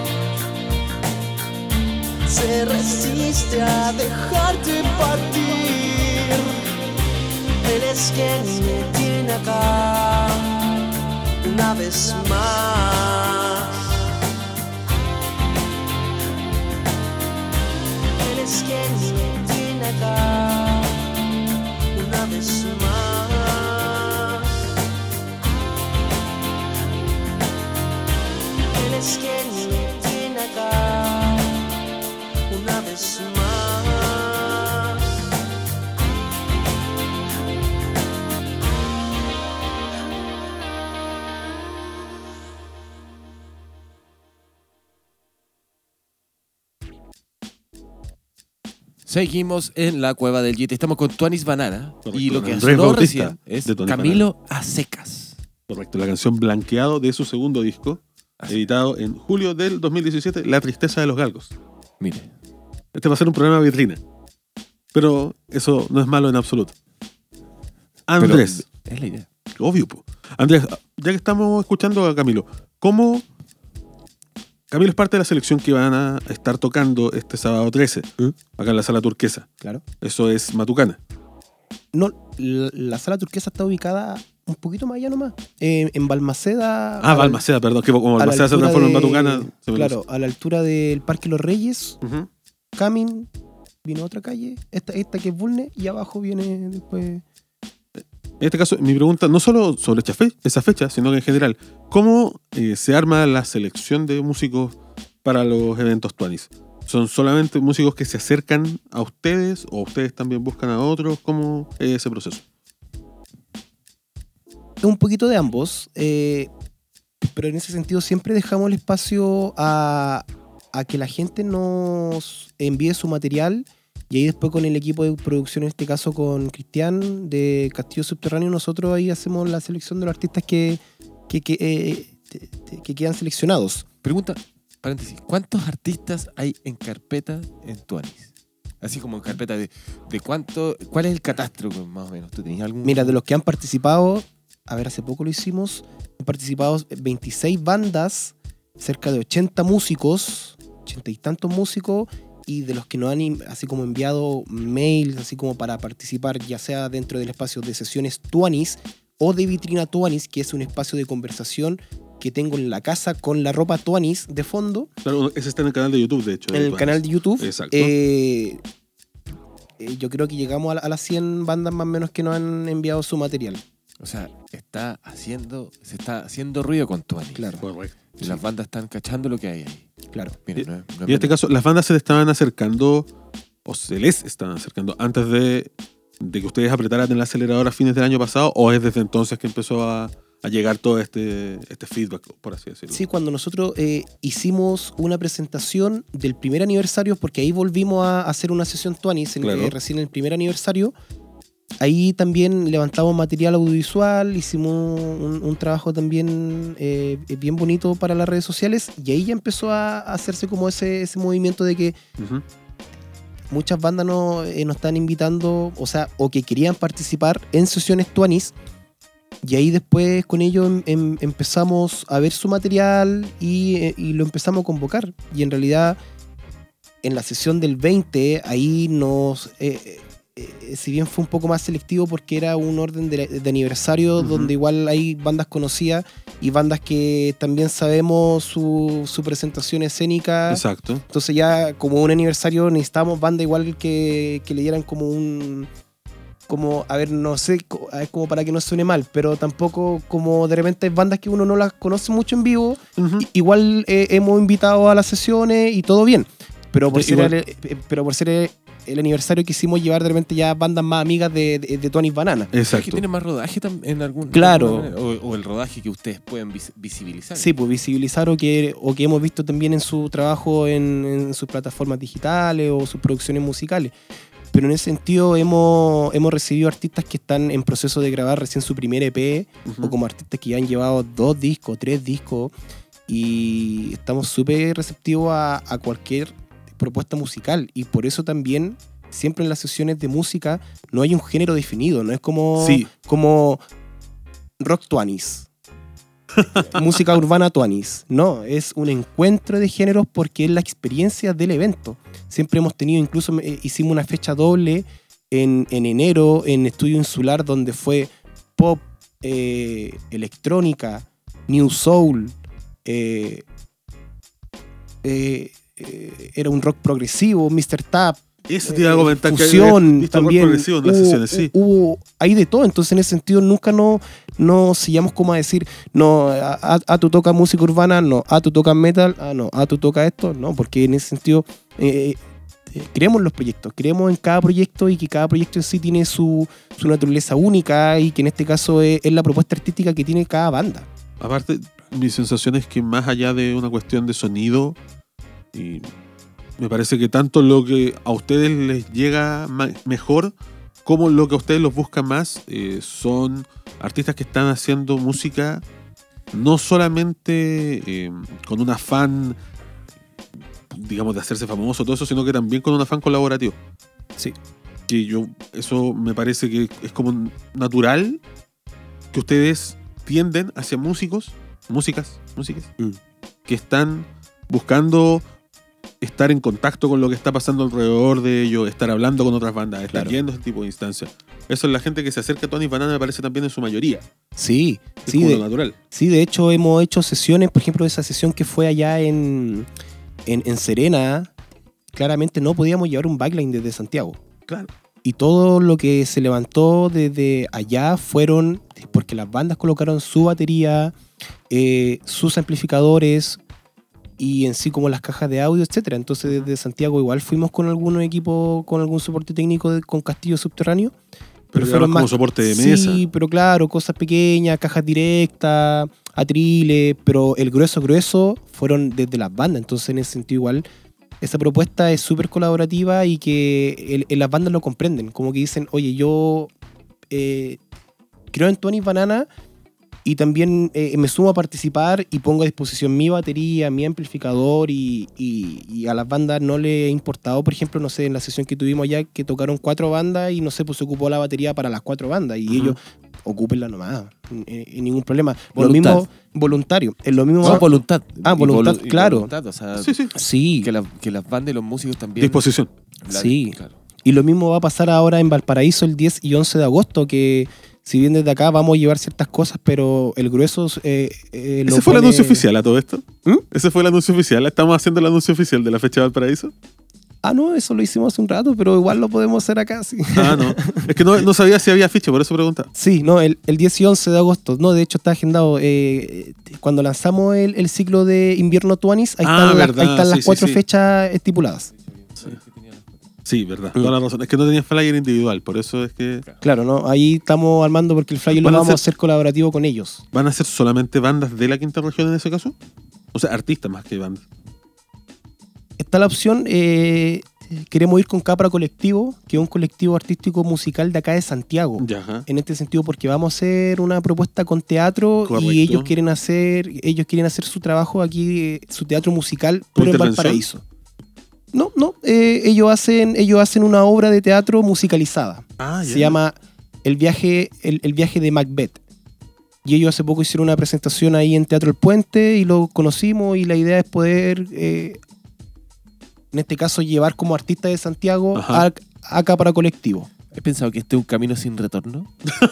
se resiste a dejarte partir. Él es quien me tiene acá una vez más. Él es quien me tiene acá una vez más. Él es quien me tiene acá una vez más.
Seguimos en la cueva del Yeti. Estamos con Tuanis Banana.
Correcto,
Y lo
con
que
Andrés
sonó
Bautista,
recién es
de Tuanis
Camilo a secas.
Correcto, la canción Blanqueado de su segundo disco,
Así.
editado en julio del 2017, La tristeza de los galgos.
Mire,
Este va a ser un programa vitrina, pero eso no es malo en absoluto. Andrés,
pero es la idea.
obvio, po. Andrés, ya que estamos escuchando a Camilo, ¿cómo? Camilo es parte de la selección que van a estar tocando este sábado 13, acá en la Sala Turquesa.
Claro.
Eso es Matucana.
No, la sala turquesa está ubicada un poquito más allá nomás. En Balmaceda.
Balmaceda, perdón, que como
a la
Balmaceda se
altura
transforma en
de-
Matucana. se me
Claro, a la altura del Parque Los Reyes,
Ujú.
Camin, viene otra calle, esta que es Bulne, y abajo viene después.
En este caso, mi pregunta no solo sobre esa fecha, sino que en general, ¿cómo se arma la selección de músicos para los eventos Tuanis? ¿Son solamente músicos que se acercan a ustedes o ustedes también buscan a otros? ¿Cómo es ese proceso?
un poquito de ambos, pero en ese sentido siempre dejamos el espacio a que la gente nos envíe su material, y ahí después con el equipo de producción, en este caso con Cristian de Castillo Subterráneo, nosotros ahí hacemos la selección de los artistas que quedan seleccionados.
Pregunta, paréntesis, ¿cuántos artistas hay en carpeta en Tuanis? Así como en carpeta de cuánto, ¿cuál es el catastro más o menos? ¿Tú tenías algún?
Mira, de los que han participado, a ver, hace poco lo hicimos, han participado 26 bandas, cerca de 80 músicos, 80 y tantos músicos, y de los que nos han así como enviado mails, así como para participar, ya sea dentro del espacio de sesiones Tuanis o de Vitrina Tuanis, que es un espacio de conversación que tengo en la casa con la ropa Tuanis de fondo.
Claro, ese está en el canal de YouTube, de hecho.
En el
Tuanis.
canal de YouTube.
Exacto.
Yo creo que llegamos a las 100 bandas más o menos que nos han enviado su material.
O sea, se está haciendo ruido con Tuanis.
Claro.
Correcto.
Y las bandas están cachando lo que hay ahí.
Claro.
Mira,
Y-
no es
Y en este caso, las bandas se le estaban acercando, o se les estaban acercando, antes de que ustedes apretaran el acelerador a fines del año pasado, o es desde entonces que empezó a llegar todo este feedback, por así decirlo.
Sí, cuando nosotros hicimos una presentación del primer aniversario, porque ahí volvimos a hacer una sesión Tuanis,
Claro.
recién en el primer aniversario, ahí también levantamos material audiovisual, hicimos un trabajo también bien bonito para las redes sociales, y ahí ya empezó a hacerse como ese movimiento de que
Ujú.
muchas bandas nos están invitando, o sea, o que querían participar en sesiones Tuanis, y ahí después con ellos empezamos a ver su material y lo empezamos a convocar. Y en realidad, en la sesión del 20, ahí si bien fue un poco más selectivo porque era un orden de aniversario,
Ujú.
donde igual hay bandas conocidas y bandas que también sabemos su presentación escénica.
Exacto.
Entonces ya como un aniversario necesitábamos banda igual que le dieran a ver, no sé, a ver, como para que no suene mal, pero tampoco como de repente hay bandas que uno no las conoce mucho en vivo,
Ujú.
igual hemos invitado a las sesiones y todo bien, pero por
Igual.
ser el aniversario quisimos llevar de repente ya bandas más amigas de Tuanis Banana.
¿Es que
Exacto.
tiene más rodaje en algún
Claro.
de alguna manera? O el rodaje que ustedes pueden visibilizar.
Sí, pues visibilizar o que hemos visto también en su trabajo en sus plataformas digitales o sus producciones musicales. Pero en ese sentido hemos recibido artistas que están en proceso de grabar recién su primer EP,
Ujú.
o como artistas que ya han llevado 2 discos, 3 discos, y estamos súper receptivos a cualquier propuesta musical. Y por eso también, siempre en las sesiones de música, no hay un género definido, no es como,
Sí.
como rock Tuanis. Música urbana Tuanis. No, es un encuentro de géneros porque es la experiencia del evento. Siempre hemos tenido, incluso hicimos una fecha doble en enero en Estudio Insular, donde fue pop, electrónica, new soul, era un rock progresivo, Mr. Tap,
Eso te iba a comentar, que
fusión,
había visto rock
también
progresivo en las sesiones, sí.
hay de todo. Entonces en ese sentido nunca no sellamos como a decir no, tú tocas música urbana, no, tú tocas metal, no, tú tocas esto, no, porque en ese sentido creemos en los proyectos, creemos en cada proyecto y que cada proyecto en sí tiene su naturaleza única, y que en este caso es la propuesta artística que tiene cada banda.
Aparte, mi sensación es que más allá de una cuestión de sonido, y me parece que tanto lo que a ustedes les llega mejor como lo que a ustedes los buscan más son artistas que están haciendo música no solamente con un afán, digamos, de hacerse famoso, todo eso, sino que también con un afán colaborativo.
Sí.
Que eso me parece que es como natural que ustedes tienden hacia músicas, que están buscando estar en contacto con lo que está pasando alrededor de ellos, estar hablando con otras bandas, estar
Claro.
yendo a ese tipo de instancias. Eso es la gente que se acerca a Tuanis Banana, me parece también en su mayoría.
Sí,
Es
sí,
como lo natural.
sí, de hecho hemos hecho sesiones, por ejemplo, esa sesión que fue allá en Serena, claramente no podíamos llevar un backline desde Santiago.
Claro.
Y todo lo que se levantó desde allá fueron porque las bandas colocaron su batería, sus amplificadores y en sí como las cajas de audio, etcétera. Entonces desde Santiago igual fuimos con algún equipo, con algún soporte técnico con Castillo Subterráneo,
Pero
fueron
como soporte de mesa.
Sí, pero claro, cosas pequeñas, cajas directas, atriles, pero el grueso fueron desde las bandas. Entonces, en ese sentido, igual, esa propuesta es súper colaborativa y que las bandas lo comprenden. Como que dicen, oye, yo creo en Tuanis Banana y también me sumo a participar y pongo a disposición mi batería, mi amplificador y a las bandas no le ha importado, por ejemplo, no sé, en la sesión que tuvimos allá que tocaron 4 bandas y no sé, pues se ocupó la batería para las 4 bandas y ellos ocúpenla nomás, ningún problema. Lo
Voluntad.
mismo voluntario, es lo mismo.
No, voluntad.
Voluntad,
Y
claro.
voluntad, o sea,
Sí, sí.
Sí,
que las bandas y los músicos también.
Disposición.
Sí.
Claro.
y lo mismo va a pasar ahora en Valparaíso el 10 y 11 de agosto, que si bien desde acá vamos a llevar ciertas cosas, pero el grueso
¿Ese fue el anuncio oficial a todo esto?
¿Mm?
¿Ese fue el anuncio oficial? ¿Estamos haciendo el anuncio oficial de la fecha de Valparaíso?
Ah, no, eso lo hicimos hace un rato, pero igual lo podemos hacer acá, sí.
Ah, no. Es que no sabía si había ficha, por eso preguntaba.
Sí, no, el 10 y 11 de agosto. No, de hecho está agendado. Cuando lanzamos el ciclo de invierno Tuanis, ahí están,
verdad,
ahí están las
sí,
4
sí.
fechas estipuladas.
Sí, verdad. Toda la razón. Es que no tenían flyer individual, por eso es que
Claro, ¿no? Ahí estamos armando porque el flyer lo
Van a
vamos a
hacer-
hacer colaborativo con ellos.
van a ser solamente bandas de la quinta región en ese caso. O sea, artistas más que bandas.
Está la opción, queremos ir con Capra Colectivo, que es un colectivo artístico musical de acá de Santiago.
Ya, ajá.
En este sentido, porque vamos a hacer una propuesta con teatro
Correcto.
y ellos quieren hacer su trabajo aquí, su teatro musical, pero en
intervención?
Valparaíso. No, ellos hacen una obra de teatro musicalizada.
Ah,
Se llama El viaje de Macbeth. Y ellos hace poco hicieron una presentación ahí en Teatro El Puente y lo conocimos y la idea es poder, en este caso, llevar como artista de Santiago
Ajá.
acá para colectivo.
¿Has pensado que este es un camino sin retorno?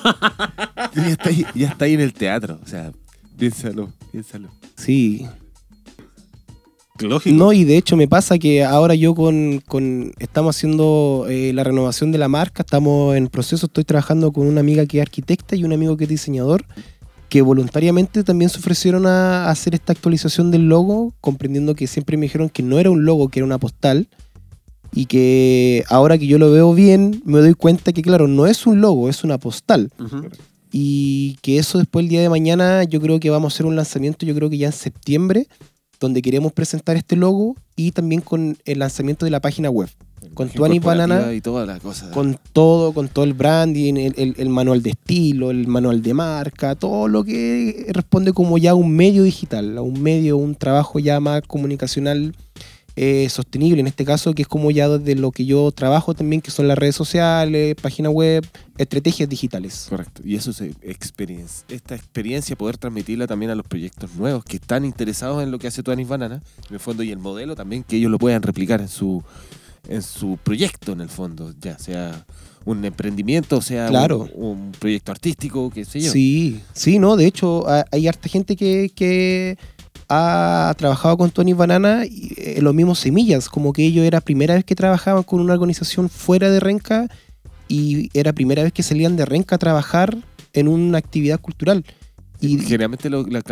ya está ahí en el teatro. O sea, piénsalo.
Sí.
Lógico.
No, y de hecho me pasa que ahora yo estamos haciendo la renovación de la marca, estamos en proceso, estoy trabajando con una amiga que es arquitecta y un amigo que es diseñador, que voluntariamente también se ofrecieron a hacer esta actualización del logo, comprendiendo que siempre me dijeron que no era un logo, que era una postal, y que ahora que yo lo veo bien, me doy cuenta que claro, no es un logo, es una postal.
Ujú.
Y que eso después el día de mañana yo creo que vamos a hacer un lanzamiento, yo creo que ya en septiembre, donde queremos presentar este logo y también con el lanzamiento de la página web. Con Tuanis Banana,
y todas las cosas.
con todo el branding, el manual de estilo, el manual de marca, todo lo que responde como ya a un medio digital, a un medio, un trabajo ya más comunicacional sostenible, en este caso, que es como ya desde lo que yo trabajo también, que son las redes sociales, página web, estrategias digitales.
Correcto. Y eso es esta experiencia, poder transmitirla también a los proyectos nuevos que están interesados en lo que hace Tuanis Banana, en el fondo, y el modelo también, que ellos lo puedan replicar en su proyecto, en el fondo, ya sea un emprendimiento, sea
Claro.
un proyecto artístico, qué sé yo.
Sí, no, de hecho hay harta gente que ha trabajado con Tuanis Banana y los mismos Semillas, como que ellos era primera vez que trabajaban con una organización fuera de Renca y era primera vez que salían de Renca a trabajar en una actividad cultural.
Y
Y
generalmente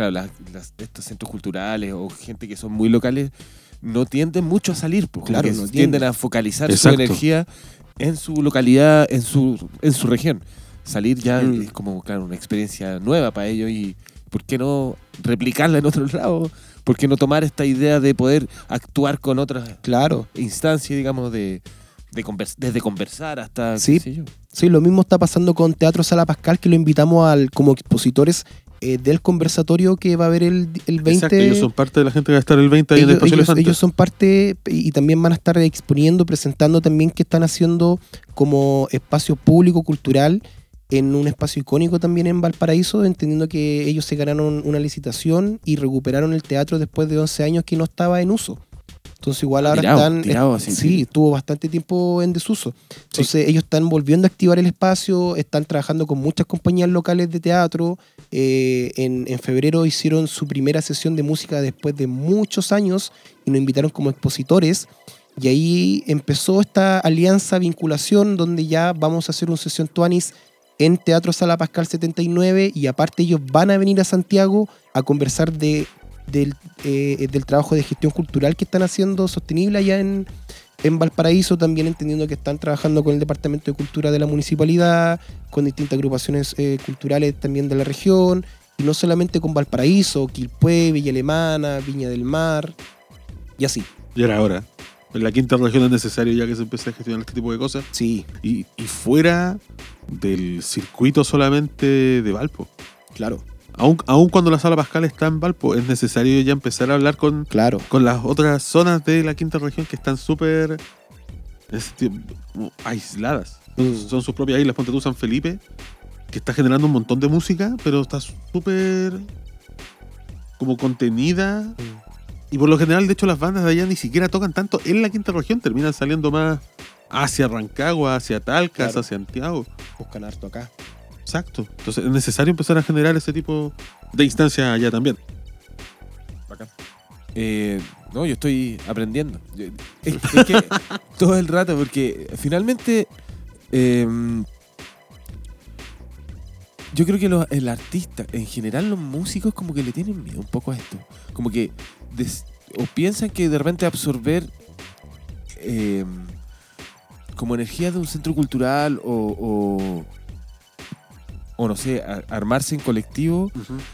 estos centros culturales o gente que son muy locales no tienden mucho a salir, pues, como
Claro,
que
no
tienden a focalizar
Exacto.
su energía en su localidad, en su región. Salir ya
Mm.
es como, claro, una experiencia nueva para ellos y ¿por qué no replicarla en otro lado? ¿Por qué no tomar esta idea de poder actuar con otras
claro,
instancias, digamos, desde conversar hasta,
Sí.
qué sé yo?
sí, lo mismo está pasando con Teatro Sala Pascal, que lo invitamos como expositores del conversatorio que va a haber el 20.
Exacto, ellos son parte de la gente que va a estar el 20 ahí en el Espacio Elefante.
Ellos son parte y también van a estar exponiendo, presentando también que están haciendo como espacio público cultural en un espacio icónico también en Valparaíso, entendiendo que ellos se ganaron una licitación y recuperaron el teatro después de 11 años que no estaba en uso. Entonces igual ahora
tirado así.
Sí, estuvo bastante tiempo en desuso. Entonces ellos están volviendo a activar el espacio, están trabajando con muchas compañías locales de teatro. En febrero hicieron su primera sesión de música después de muchos años y nos invitaron como expositores. Y ahí empezó esta alianza, vinculación, donde ya vamos a hacer una sesión Tuanis en Teatro Sala Pascal 79 y aparte ellos van a venir a Santiago a conversar del trabajo de gestión cultural que están haciendo sostenible allá en en Valparaíso, también entendiendo que están trabajando con el Departamento de Cultura de la Municipalidad, con distintas agrupaciones culturales también de la región, y no solamente con Valparaíso, Quilpué, Villa Alemana, Viña del Mar, y así.
Ya era hora. En la quinta región es necesario ya que se empiece a gestionar este tipo de cosas.
Sí,
Y fuera del circuito solamente de Valpo.
claro,
Aún cuando la Sala Pascal está en Valpo, es necesario ya empezar a hablar con
claro.
las otras zonas de la quinta región que están súper como aisladas. Son sus propias islas. Ponte tú San Felipe, que está generando un montón de música, pero está súper como contenida. Y por lo general, de hecho, las bandas de allá ni siquiera tocan tanto en la quinta región. Terminan saliendo más hacia Rancagua, hacia Talca,
Claro.
hacia Santiago.
Buscan harto acá.
Exacto. Entonces es necesario empezar a generar ese tipo de instancias allá también.
No, yo estoy aprendiendo. Es que todo el rato, porque finalmente yo creo que el artista, en general los músicos como que le tienen miedo un poco a esto. Como que o piensan que de repente absorber como energía de un centro cultural o no sé, armarse en colectivo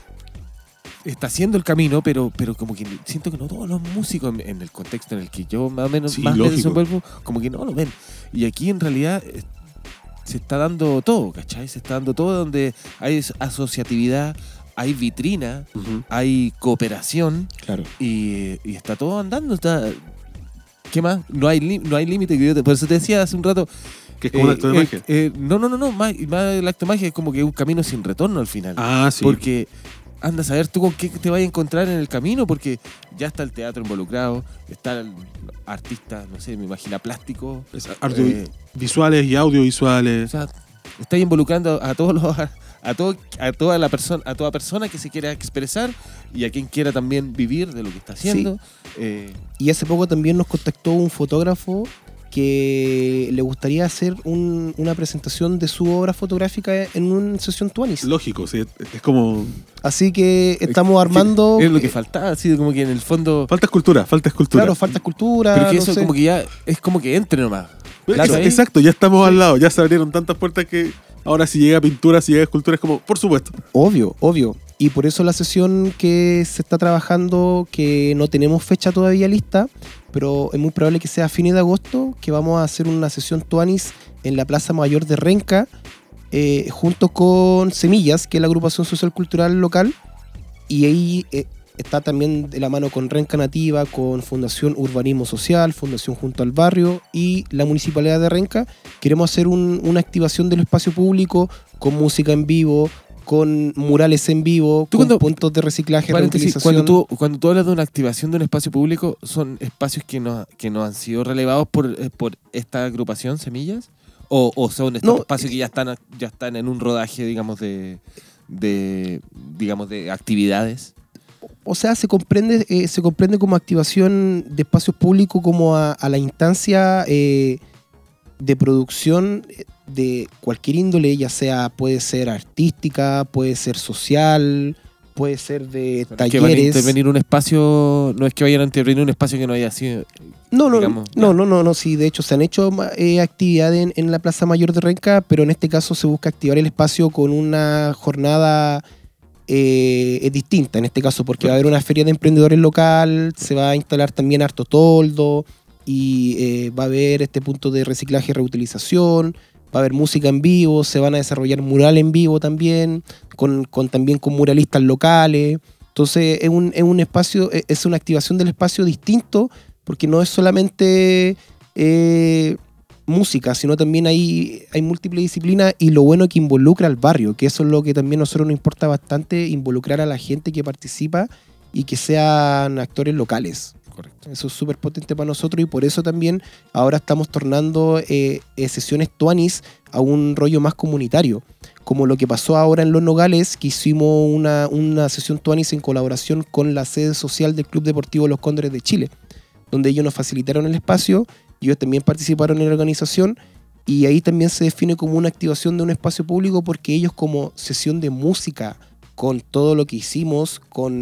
está haciendo el camino, pero como que siento que no todos los músicos en el contexto en el que yo más o menos
Sí,
más me
lógico.
desenvuelvo, como que no lo ven. Y aquí en realidad se está dando todo, ¿cachai? Se está dando todo donde hay asociatividad, hay vitrina, hay cooperación
Claro.
y está todo andando. ¿Qué más? No hay límite. Por eso te decía hace un rato.
Que es como un acto de magia.
No. Más el acto de magia es como que es un camino sin retorno al final.
Ah, sí.
Porque anda a saber tú con qué te vas a encontrar en el camino, porque ya está el teatro involucrado, está el artista, no sé, me imagino plástico.
Visuales y
O
audiovisuales.
sea, está involucrando a todos los a toda persona que se quiera expresar y a quien quiera también vivir de lo que está haciendo.
Y hace poco también nos contactó un fotógrafo que le gustaría hacer una presentación de su obra fotográfica en una sesión Tuanis.
Lógico, sí, es como...
Así que estamos armando...
Es lo que faltaba, así como que en el fondo.
Falta escultura.
Claro, falta escultura.
Pero que
no
eso
sé.
como que ya es como que entre nomás.
Claro.
Exacto, ya estamos al lado. Ya se abrieron tantas puertas que ahora si llega pintura, si llega escultura, es como, por supuesto.
Obvio. Y por eso la sesión que se está trabajando, que no tenemos fecha todavía lista, pero es muy probable que sea a fines de agosto, que vamos a hacer una sesión Tuanis en la Plaza Mayor de Renca, junto con Semillas, que es la agrupación social cultural local, y ahí está también de la mano con Renca Nativa, con Fundación Urbanismo Social, Fundación Junto al Barrio y la Municipalidad de Renca. Queremos hacer una activación del espacio público con música en vivo, con murales en vivo,
Tú
con
cuando-
puntos de reciclaje,
Paréntesis,
reutilización.
cuando tú hablas de una activación de un espacio público, ¿son espacios que no han sido relevados por esta agrupación, Semillas? ¿O son estos
No,
espacios que ya están en un rodaje, digamos, de actividades?
O sea, se comprende como activación de espacios públicos como a la instancia de producción de cualquier índole, ya sea, puede ser artística, puede ser social, puede ser de
Que van a
talleres.
intervenir un espacio, no es que vayan a intervenir un espacio que no haya sido.
No,
digamos,
no, sí, de hecho se han hecho actividades en la Plaza Mayor de Renca, pero en este caso se busca activar el espacio con una jornada distinta, en este caso porque va a haber una feria de emprendedores local, se va a instalar también harto toldo y va a haber este punto de reciclaje y reutilización, va a haber música en vivo, se van a desarrollar mural en vivo también, también con muralistas locales. Entonces es un espacio, es una activación del espacio distinto, porque no es solamente música, sino también hay múltiples disciplinas, y lo bueno es que involucra al barrio, que eso es lo que también a nosotros nos importa bastante, involucrar a la gente que participa y que sean actores locales.
Correcto.
Eso es súper potente para nosotros, y por eso también ahora estamos tornando sesiones Tuanis a un rollo más comunitario, como lo que pasó ahora en Los Nogales, que hicimos una sesión Tuanis en colaboración con la sede social del Club Deportivo Los Cóndores de Chile, donde ellos nos facilitaron el espacio y ellos también participaron en la organización, y ahí también se define como una activación de un espacio público, porque ellos, como sesión de música, con todo lo que hicimos, con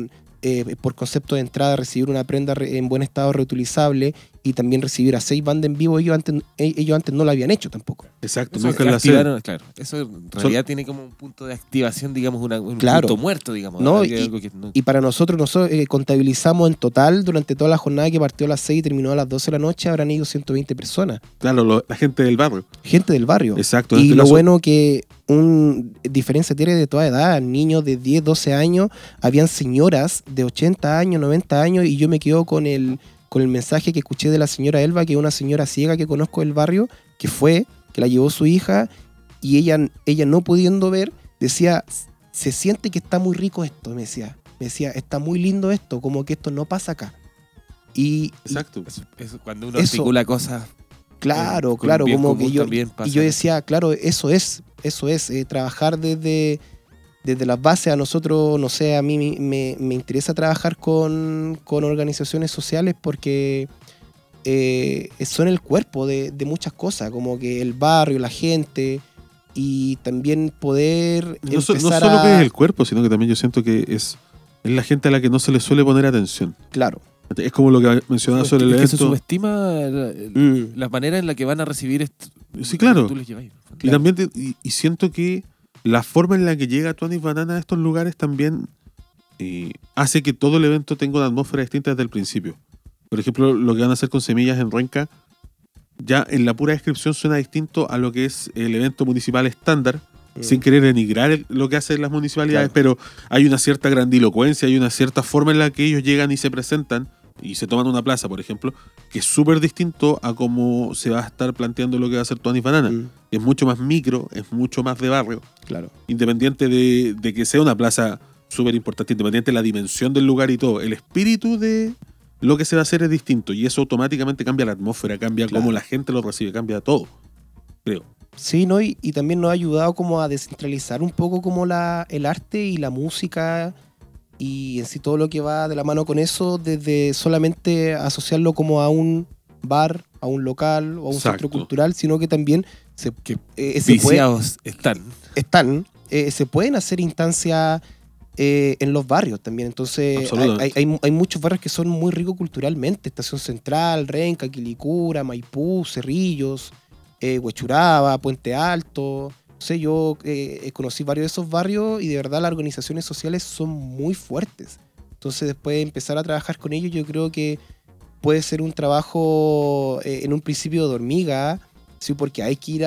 por concepto de entrada, recibir una prenda en buen estado reutilizable y también recibir a 6 bandas en vivo. Ellos antes no lo habían hecho tampoco.
Exacto,
Eso
nunca la hacen.
activaron, claro. Eso en realidad tiene como un punto de activación, digamos, un
Claro.
punto muerto, digamos.
No,
algo que no-
Y para nosotros contabilizamos en total, durante toda la jornada que partió a las 6 y terminó a las 12 de la noche, habrán ido 120 personas.
Claro, la gente del barrio.
Gente del barrio.
Exacto. en
Y
este
lo
caso-
bueno que diferencia tiene de toda edad, niños de 10, 12 años, habían señoras de 80 años, 90 años, y yo me quedo con el mensaje que escuché de la señora Elba, que es una señora ciega que conozco del barrio, que la llevó su hija, y ella no pudiendo ver, decía, se siente que está muy rico esto, me decía, está muy lindo esto, como que esto no pasa acá. Y
Exacto.
Eso, cuando uno
Eso.
articula cosas.
claro,
con
claro,
bien
como
común
que yo,
también pasa
y yo
eso.
decía, claro, eso es trabajar desde las bases. A nosotros, no sé, a mí me interesa trabajar con organizaciones sociales porque son el cuerpo de muchas cosas, como que el barrio, la gente, y también poder
No, no
empezar
solo que
a...
es el cuerpo, sino que también yo siento que es la gente a la que no se le suele poner atención.
Claro.
Es como lo que mencionaba sobre el
Es que se
evento.
subestima
Mm.
la manera en la que van a recibir esto.
Sí, claro.
que tú les lleváis.
Y también y siento que la forma en la que llega Tuanis Banana a estos lugares también hace que todo el evento tenga una atmósfera distinta desde el principio. Por ejemplo, lo que van a hacer con Semillas en Renca, ya en la pura descripción suena distinto a lo que es el evento municipal estándar, sin querer denigrar lo que hacen las municipalidades,
Claro.
pero hay una cierta grandilocuencia, hay una cierta forma en la que ellos llegan y se presentan y se toman una plaza, por ejemplo, que es súper distinto a cómo se va a estar planteando lo que va a hacer Tuanis Banana.
Mm.
Es mucho más micro, es mucho más de barrio,
Claro.
independiente de que sea una plaza súper importante, independiente de la dimensión del lugar y todo. El espíritu de lo que se va a hacer es distinto y eso automáticamente cambia la atmósfera, cambia
Claro.
cómo la gente lo recibe, cambia todo, creo.
Sí, ¿no? Y también nos ha ayudado como a descentralizar un poco como el arte y la música y en sí todo lo que va de la mano con eso, desde solamente asociarlo como a un bar, a un local o a un
Exacto.
centro cultural, sino que también se
Viciados
se pueden hacer instancias en los barrios también. Entonces
Absolutamente.
hay muchos barrios que son muy ricos culturalmente. Estación Central, Renca, Quilicura, Maipú, Cerrillos, Huechuraba, Puente Alto. No sé, yo conocí varios de esos barrios y de verdad las organizaciones sociales son muy fuertes. Entonces después de empezar a trabajar con ellos, yo creo que puede ser un trabajo en un principio de hormiga, sí, porque hay que ir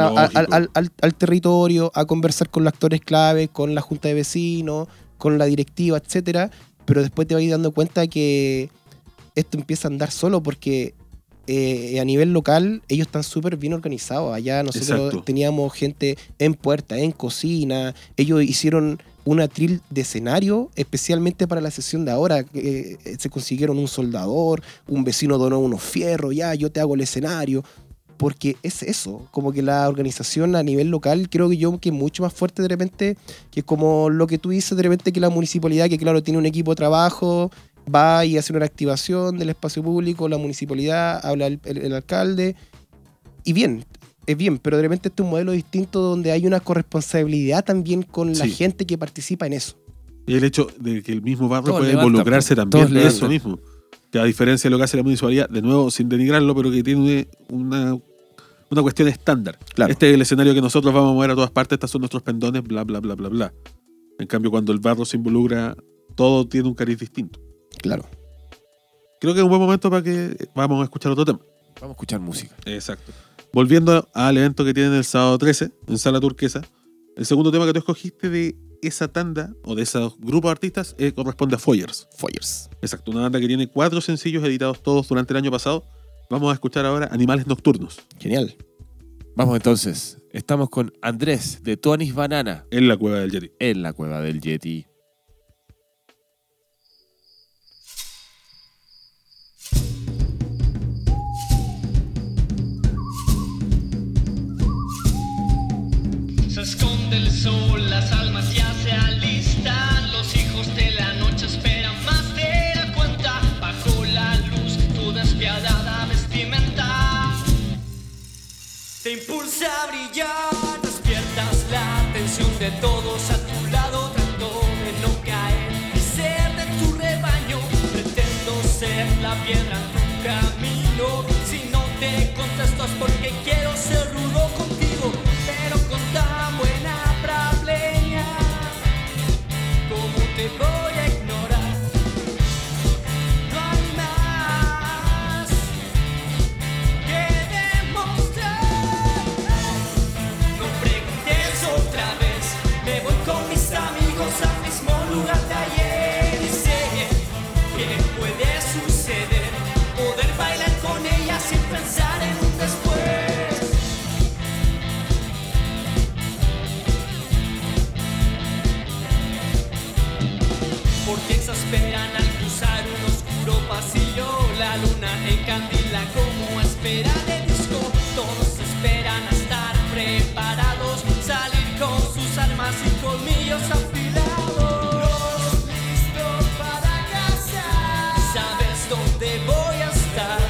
al territorio, a conversar con los actores clave, con la junta de vecinos, con la directiva, etcétera. Pero después te vas a ir dando cuenta que esto empieza a andar solo porque a nivel local ellos están súper bien organizados. Allá nosotros
Exacto.
teníamos gente en puerta, en cocina. Ellos hicieron un atril de escenario especialmente para la sesión de ahora. Se consiguieron un soldador, un vecino donó unos fierros, ya, yo te hago el escenario. Porque es eso, como que la organización a nivel local creo que es mucho más fuerte de repente, que como lo que tú dices de repente, que la municipalidad, que claro, tiene un equipo de trabajo, va y hace una activación del espacio público, la municipalidad, habla el alcalde, y bien, es bien, pero de repente este es un modelo distinto donde hay una corresponsabilidad también con la
Sí.
gente que participa en eso.
Y el hecho de que el mismo barrio
Todos
puede
levantan,
involucrarse
todos
también de eso
levantan.
mismo. Que a diferencia de lo que hace la municipalidad, de nuevo, sin denigrarlo, pero que tiene una cuestión estándar.
Claro.
Este es el escenario que nosotros vamos a mover a todas partes, estos son nuestros pendones, bla, bla, bla, bla, bla. En cambio, cuando el barrio se involucra, todo tiene un cariz distinto.
Claro.
Creo que es un buen momento para que vamos a escuchar otro tema.
Vamos a escuchar música.
Exacto. Volviendo al evento que tienen el sábado 13, en Sala Turquesa, el segundo tema que tú escogiste de esa tanda, o de ese grupo de artistas, corresponde a Foyers.
Foyers.
Exacto, una banda que tiene 4 sencillos editados todos durante el año pasado. Vamos a escuchar ahora Animales Nocturnos,
Genial.
Vamos entonces. Estamos con Andrés de Tuanis Banana
en la Cueva del Yeti.
en la Cueva del Yeti.
Se esconde el sol, las almas ya se alistan, los hijos de la noche esperan más de la cuenta, bajo la luz tu despiadada vestimenta te impulsa a brillar, despiertas la atención de todos a tu lado, tratando de no caer y ser de tu realidad. ser la piedra en tu camino. Si no te contesto es porque quiero ser rudo contigo, pero con tan buena problema, ¿cómo te voy a ignorar? No hay más que demostrar. No preguntes otra vez, me voy con mis amigos al mismo lugar de ayer y sé que puede suceder, poder bailar con ella sin pensar en un después. Porque exasperan al cruzar un oscuro pasillo, la luna encandila como espera de disco. Todos esperan a estar preparados, salir con sus armas y colmillos afilados. Listos para cazar. ¿Sabes dónde voy a estar?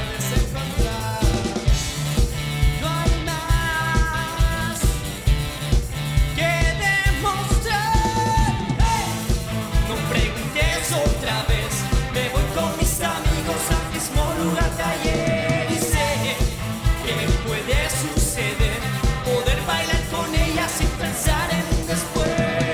No hay más que demostrar. No preguntes otra vez, me voy con mis amigos al mismo lugar de ayer y sé que puede suceder, poder bailar con ella sin pensar en un después.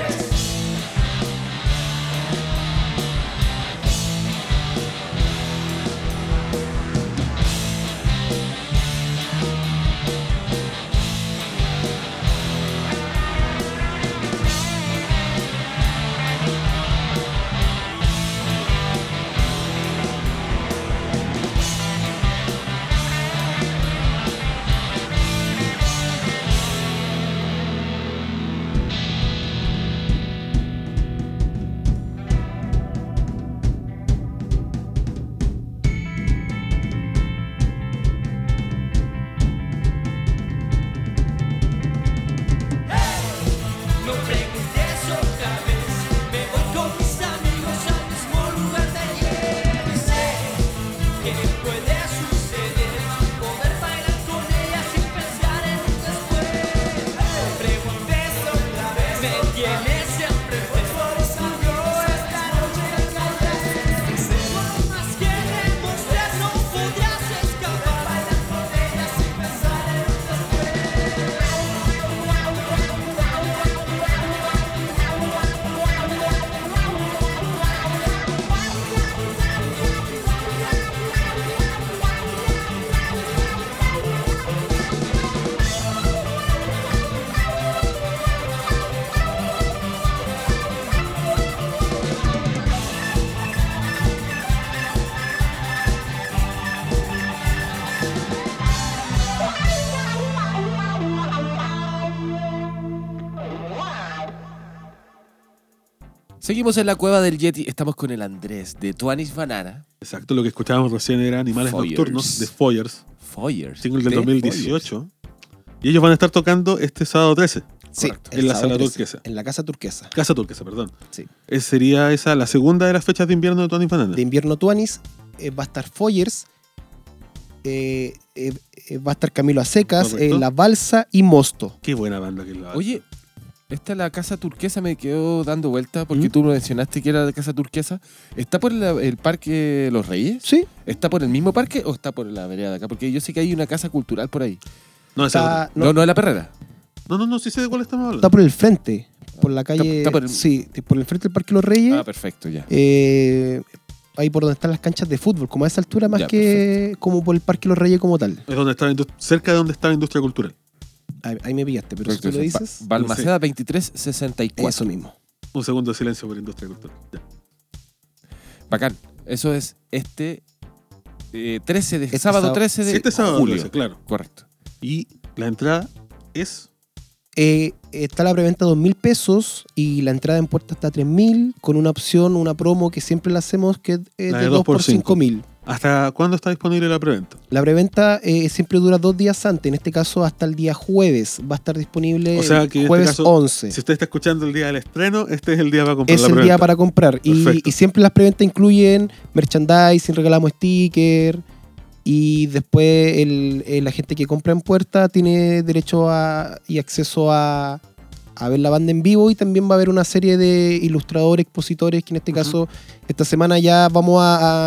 No preguntes otra vez, me voy con mis amigos al mismo lugar de ayer y sé que puede suceder, poder bailar con ella sin pensar en un después. No preguntes otra vez, me tienes siempre pensando esta noche por más que demostrar no podrás escapar, bailar con ella sin pensar en un
Seguimos en la cueva del Yeti. Estamos con el Andrés de Tuanis Banana.
Exacto, lo que escuchábamos recién era Animales
Foyers.
Nocturnos de Foyers,
Foyers.
single del
de
2018. Y ellos van a estar tocando este sábado 13,
Sí,
Correcto.
el
en la
sábado
sala
13,
turquesa.
En la casa turquesa.
Casa Turquesa, perdón.
Sí.
Sería esa la segunda de las fechas de invierno de Tuanis Banana.
De invierno Tuanis va a estar Foyers, va a estar Camilo a Secas,
Correcto.
La Balsa y Mosto.
Qué buena banda que es la
Oye, esta la casa turquesa me quedó dando vuelta porque tú mencionaste que era de casa turquesa. ¿Está por el Parque Los Reyes?
Sí,
¿Está por el mismo parque o está por la vereda de acá? Porque yo sé que hay una casa cultural por ahí.
No, esa
está,
otra.
No, no es la perrera.
No, sí sé de cuál estamos hablando.
está por el frente, por la calle.
está por el-
Sí, por el frente del Parque Los Reyes.
Ah, perfecto, ya.
Ahí por donde están las canchas de fútbol, como a esa altura, más
Ya,
que como por el Parque Los Reyes como tal.
Es donde está cerca de donde está la industria cultural.
Ahí me pillaste, pero si tú lo
Perfecto.
dices,
Balmaceda 2364.
eso mismo.
Un segundo de silencio por industria cultural. Ya.
Bacán. Eso es 13 de
Este
sábado
sábado-
13 de
Este sábado,
julio.
13, claro.
Correcto.
Y la entrada es...
Está la preventa a 2.000 pesos y la entrada en puerta está a 3.000 con una opción, una promo que siempre la hacemos que es
La
de
de
2
2 por
por 5.000.
¿Hasta cuándo está disponible la preventa?
La preventa siempre dura 2 días antes, en este caso hasta el día jueves. Va a estar disponible
O sea que en
jueves
este caso,
11.
Si usted está escuchando el día del estreno, este es el día para comprar
Es
la
el
preventa.
día para comprar.
Perfecto.
Y siempre las preventas incluyen merchandising, regalamos sticker. Y después la gente que compra en puerta tiene derecho y acceso a ver la banda en vivo. Y también va a haber una serie de ilustradores, expositores, que en este caso, esta semana ya vamos a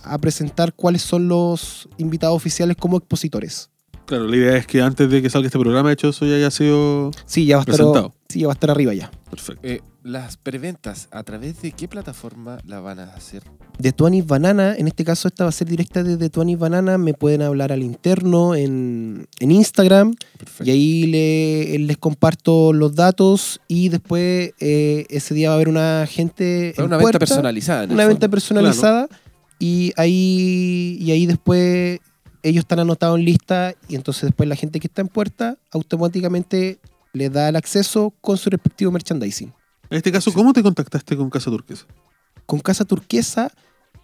a presentar cuáles son los invitados oficiales como expositores.
Claro, la idea es que antes de que salga este programa, de hecho, eso ya haya sido
Sí, ya va a estar,
presentado.
sí, ya va a estar arriba ya.
Perfecto.
Las preventas, ¿a través de qué plataforma la van a hacer?
De Tuanis Banana, en este caso esta va a ser directa desde Tuanis Banana, me pueden hablar al interno en Instagram
Perfecto.
y ahí les comparto los datos y después ese día va a haber una gente
Es
en
una venta
puerta,
personalizada. en el
una venta
fondo.
personalizada y ahí después ellos están anotados en lista y entonces después la gente que está en puerta automáticamente les da el acceso con su respectivo merchandising.
En este caso, ¿cómo te contactaste con Casa Turquesa?
Con Casa Turquesa,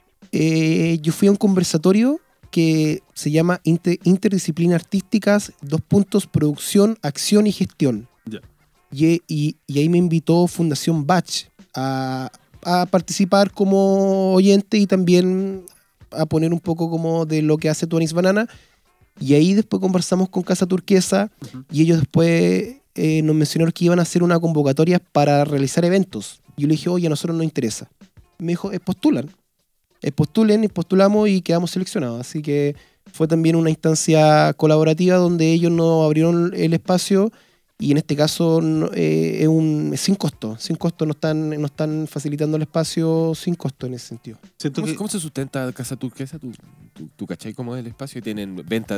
yo fui a un conversatorio que se llama Interdisciplina Artísticas, producción, acción y gestión.
Ya.
Y ahí me invitó Fundación Bach a participar como oyente y también a poner un poco como de lo que hace Tuanis Banana. Y ahí después conversamos con Casa Turquesa y ellos después nos mencionaron que iban a hacer una convocatoria para realizar eventos. Yo le dije, oye, a nosotros nos interesa. Me dijo, postulen y postulamos y quedamos seleccionados. Así que fue también una instancia colaborativa donde ellos nos abrieron el espacio y en este caso es sin costo. Sin costo nos están facilitando el espacio sin costo en ese sentido.
Siento que
¿Cómo se sustenta Casa Turquesa? ¿Tú cachai cómo es el espacio? ¿Tienen venta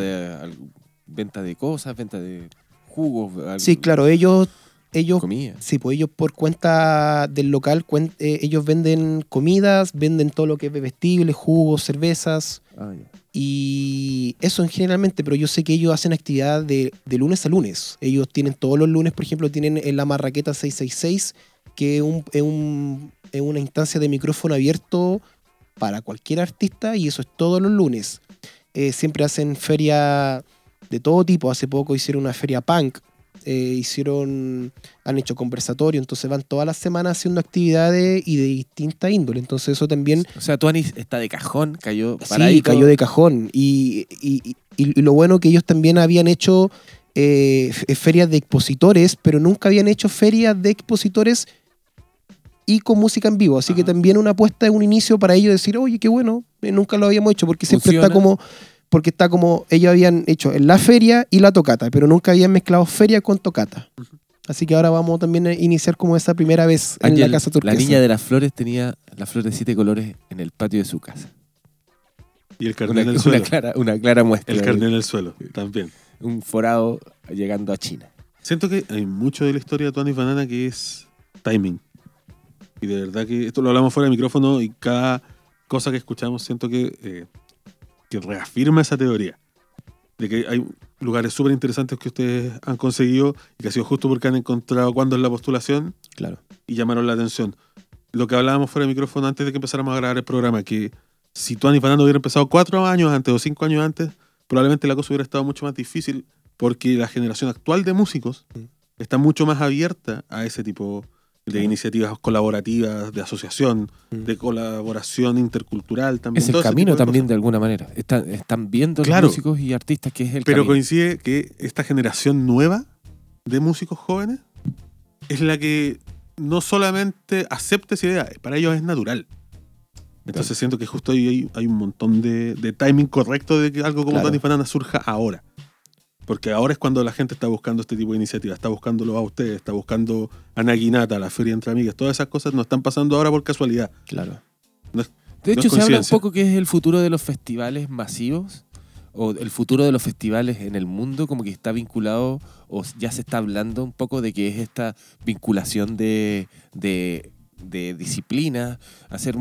de cosas, venta de jugos?
Sí, claro, ellos
Comida.
sí, pues ellos por cuenta del local, ellos venden comidas, venden todo lo que es bebestibles, jugos, cervezas
Ah, ya.
y eso generalmente, pero yo sé que ellos hacen actividad de lunes a lunes. Ellos tienen todos los lunes, por ejemplo, tienen en la Marraqueta 666, que es una instancia de micrófono abierto para cualquier artista y eso es todos los lunes. Siempre hacen feria de todo tipo. Hace poco hicieron una feria punk. Han hecho conversatorio, entonces van todas las semanas haciendo actividades y de distinta índole. Entonces eso también
O sea, Tuanis está de cajón, cayó
sí,
paradito.
cayó de cajón. Y lo bueno que ellos también habían hecho ferias de expositores, pero nunca habían hecho ferias de expositores y con música en vivo. Así que también una apuesta es un inicio para ellos decir, oye, qué bueno, nunca lo habíamos hecho, porque siempre
Funciona.
está como ellos habían hecho en la feria y la tocata, pero nunca habían mezclado feria con tocata. Así que ahora vamos también a iniciar como esa primera vez en
Ángel,
la Casa Turquesa.
la niña de las flores tenía las flores de 7 colores en el patio de su casa.
y el carnet en el suelo.
Una clara muestra.
El
de
carnet en el suelo, también.
un forado llegando a China.
Siento que hay mucho de la historia de Tuanis Banana que es timing. Y de verdad que esto lo hablamos fuera de micrófono y cada cosa que escuchamos siento que reafirma esa teoría. De que hay lugares súper interesantes que ustedes han conseguido y que ha sido justo porque han encontrado cuándo es la postulación
Claro.
y llamaron la atención. Lo que hablábamos fuera de micrófono antes de que empezáramos a grabar el programa, que si Tuanis Banana hubiera empezado 4 años antes o 5 años antes, probablemente la cosa hubiera estado mucho más difícil porque la generación actual de músicos está mucho más abierta a ese tipo de iniciativas colaborativas, de asociación, de colaboración intercultural también.
Es el
todo ese
camino
tipo de
también
cosas.
de alguna manera. Están viendo
Claro.
los músicos y artistas que es el
Pero
camino.
coincide que esta generación nueva de músicos jóvenes es la que no solamente acepta esa idea, para ellos es natural. Entonces siento que justo ahí hay un montón de timing correcto de que algo como
Claro.
Tuanis Banana surja ahora. Porque ahora es cuando la gente está buscando este tipo de iniciativas, está buscándolo a ustedes, está buscando a Naguinata, la Feria Entre Amigas, todas esas cosas no están pasando ahora por casualidad.
Claro.
De
No es
hecho, se habla un
coincidencia.
poco que es el futuro de los festivales masivos o el futuro de los festivales en el mundo, como que está vinculado o ya se está hablando un poco de que es esta vinculación de disciplinas, hacer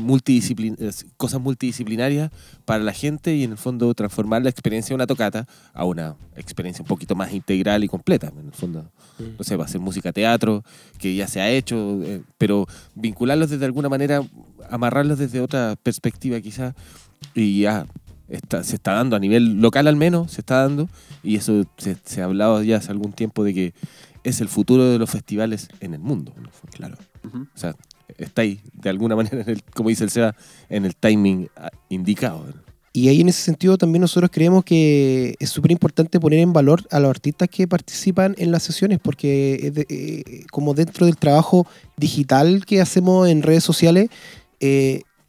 cosas multidisciplinarias para la gente y en el fondo transformar la experiencia de una tocata a una experiencia un poquito más integral y completa. En el fondo, no sé, va a ser música teatro, que ya se ha hecho, pero vincularlos desde alguna manera, amarrarlos desde otra perspectiva quizás, y ya se está dando a nivel local al menos, se está dando, y eso se ha hablado ya hace algún tiempo de que es el futuro de los festivales en el mundo. Claro.
Ujú.
O sea, está ahí, de alguna manera, como dice el Seba, en el timing indicado.
Y ahí en ese sentido también nosotros creemos que es súper importante poner en valor a los artistas que participan en las sesiones, porque como dentro del trabajo digital que hacemos en redes sociales,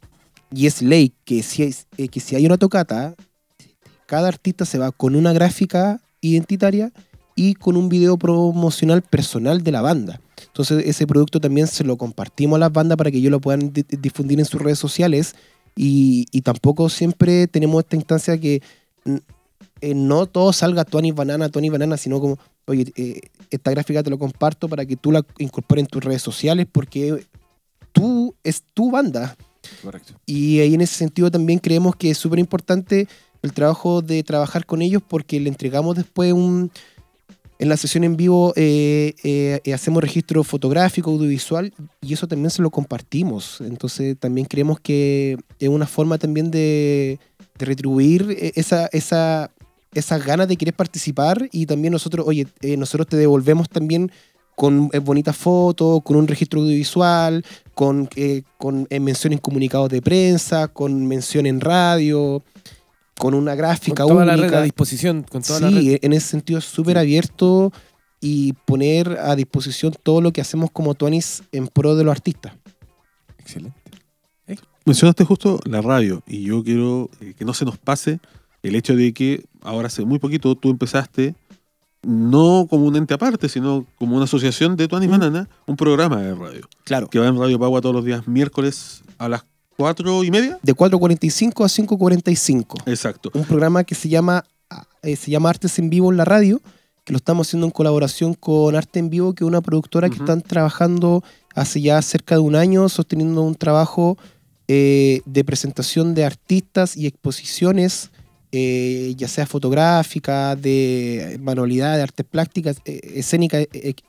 y es ley que si hay una tocata, cada artista se va con una gráfica identitaria y con un video promocional personal de la banda. Entonces ese producto también se lo compartimos a las bandas para que ellos lo puedan difundir en sus redes sociales y tampoco siempre tenemos esta instancia que no todo salga Tony Banana, sino como, oye, esta gráfica te lo comparto para que tú la incorpores en tus redes sociales porque es tu banda.
Correcto.
Y ahí en ese sentido también creemos que es súper importante el trabajo de trabajar con ellos porque le entregamos después en la sesión en vivo hacemos registro fotográfico, audiovisual y eso también se lo compartimos. Entonces también creemos que es una forma también de retribuir esas ganas de querer participar y también nosotros te devolvemos también con bonitas fotos, con un registro audiovisual, con mención en comunicados de prensa, con mención en radio, con una gráfica
con toda
única.
la red a disposición. Con toda la red.
Sí, en ese sentido es súper abierto y poner a disposición todo lo que hacemos como Tuanis en pro de los artistas.
Excelente.
Mencionaste justo la radio y yo quiero que no se nos pase el hecho de que ahora hace muy poquito tú empezaste no como un ente aparte, sino como una asociación de Tuanis Banana, un programa de radio.
Claro.
Que va en Radio Pagua todos los días miércoles a las 4:30.
De 4:45 a 5:45.
Exacto.
Un programa que se llama Artes en Vivo en la radio, que lo estamos haciendo en colaboración con Arte en Vivo, que es una productora que están trabajando hace ya cerca de un año, sosteniendo un trabajo de presentación de artistas y exposiciones, ya sea fotográfica, de manualidad, de artes plásticas, escénicas,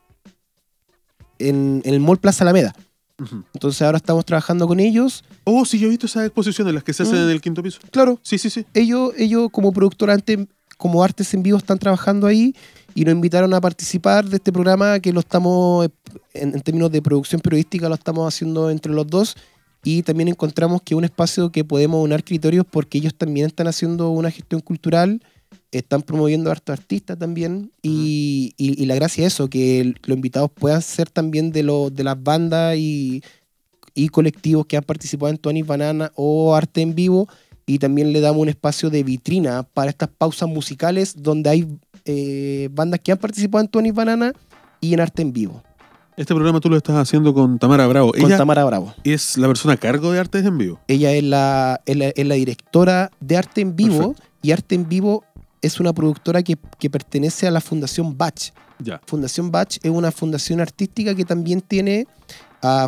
en el Mall Plaza Alameda.
Ujú.
Entonces ahora estamos trabajando con ellos.
Oh, sí, yo he visto esas exposiciones, las que se hacen en el quinto piso.
Claro,
Sí, sí, sí.
ellos como productora, como Artes en Vivo, están trabajando ahí y nos invitaron a participar de este programa que lo estamos, en términos de producción periodística, lo estamos haciendo entre los dos. Y también encontramos que es un espacio que podemos unar criterios porque ellos también están haciendo una gestión cultural, están promoviendo a hartos artistas también y la gracia es eso, que los invitados puedan ser también de las bandas y colectivos que han participado en Tuanis Banana o Arte en Vivo y también le damos un espacio de vitrina para estas pausas musicales donde hay bandas que han participado en Tuanis Banana y en Arte en Vivo.
Este programa tú lo estás haciendo con Tamara Bravo.
Con
Ella
Tamara Bravo.
es la persona a cargo de Artes en Vivo.
Ella es la directora de Arte en Vivo.
Perfecto.
Y Arte en Vivo es una productora que pertenece a la Fundación Bach.
Ya.
Fundación Bach es una fundación artística que también tiene a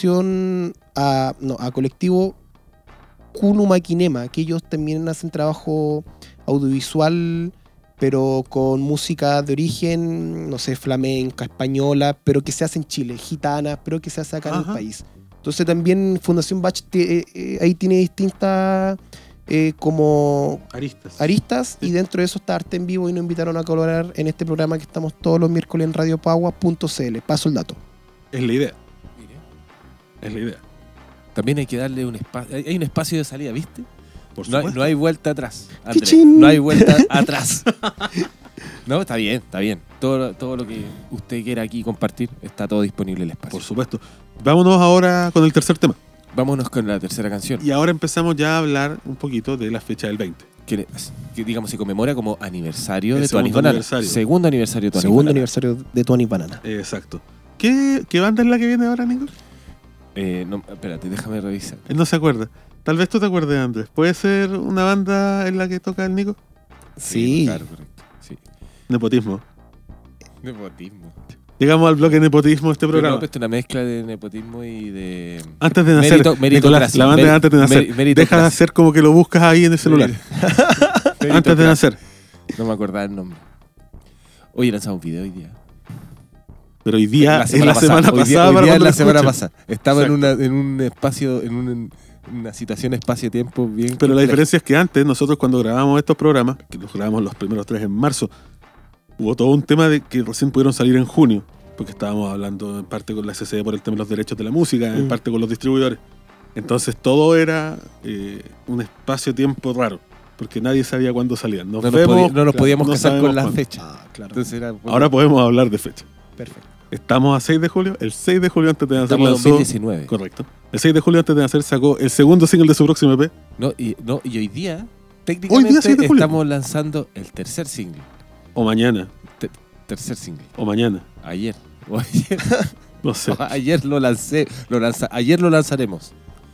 colectivo Kunu Maquinema, que ellos también hacen trabajo audiovisual, pero con música de origen, no sé, flamenca, española, pero que se hace en Chile, gitana, pero que se hace acá en el
Ajá.
país. Entonces también Fundación Bach ahí tiene distintas como aristas
Sí.
y dentro de eso está Arte en Vivo y nos invitaron a colaborar en este programa que estamos todos los miércoles en radiopagua.cl. Paso el dato.
Es la idea.
Mire.
Es la idea.
También hay que darle un espacio. Hay un espacio de salida, ¿viste?
Por
No
supuesto.
hay vuelta atrás, Andrés.
¡Kichín!
No hay vuelta atrás. No, está bien, está bien. Todo lo que usted quiera aquí compartir, está todo disponible en el espacio.
Por supuesto. Vámonos ahora con el tercer tema.
Vámonos con la tercera canción.
Y ahora empezamos ya a hablar un poquito de la fecha del 20.
Que digamos se conmemora como aniversario
El
de Tuanis
segundo
Banana.
aniversario.
Segundo aniversario de Tuanis
Segundo
Banana.
aniversario de Tuanis Banana.
Exacto. ¿Qué banda es la que viene ahora, Nico?
No, espérate, déjame revisar.
Él no se acuerda. Tal vez tú te acuerdes, Andrés. ¿Puede ser una banda en la que toca el Nico?
Sí.
Claro, correcto. Sí.
Nepotismo.
Nepotismo.
Llegamos al bloque nepotismo de este
Pero
programa.
no, pues, es una mezcla de nepotismo y de...
Antes de nacer, Nicolás, la banda es antes de nacer. Deja de hacer como que lo buscas ahí en el celular. Antes de nacer.
No me acordaba el nombre. Oye, lanzamos un video hoy día.
Pero hoy día es la semana
Hoy día-
pasada
hoy
para
día es
cuando
la
lo
semana
escuchen.
pasada. Estaba en
Exacto.
un espacio, en una situación espacio-tiempo bien
Pero la
compleja.
diferencia es que antes, nosotros cuando grabamos estos programas, que los grabamos los primeros 3 en marzo, hubo todo un tema de que recién pudieron salir en junio, porque estábamos hablando en parte con la SCD por el tema de los derechos de la música, en parte con los distribuidores. Entonces todo era un espacio-tiempo raro, porque nadie sabía cuándo salían.
No nos podíamos
no
casar con
sabemos
la
cuándo.
fecha.
Ah, claro.
Entonces era,
Ahora podemos hablar de fecha.
Perfecto.
Estamos a 6 de julio. El 6 de julio antes de nacer
Estamos en
lanzó...
2019.
Correcto. El 6 de julio antes de nacer sacó el segundo single de su próximo EP.
Y hoy día, técnicamente,
6 de julio.
estamos lanzando el tercer single.
O mañana.
Tercer single.
O mañana.
Ayer. O ayer.
No sé.
Ayer lo lancé. Ayer lo lanzaremos.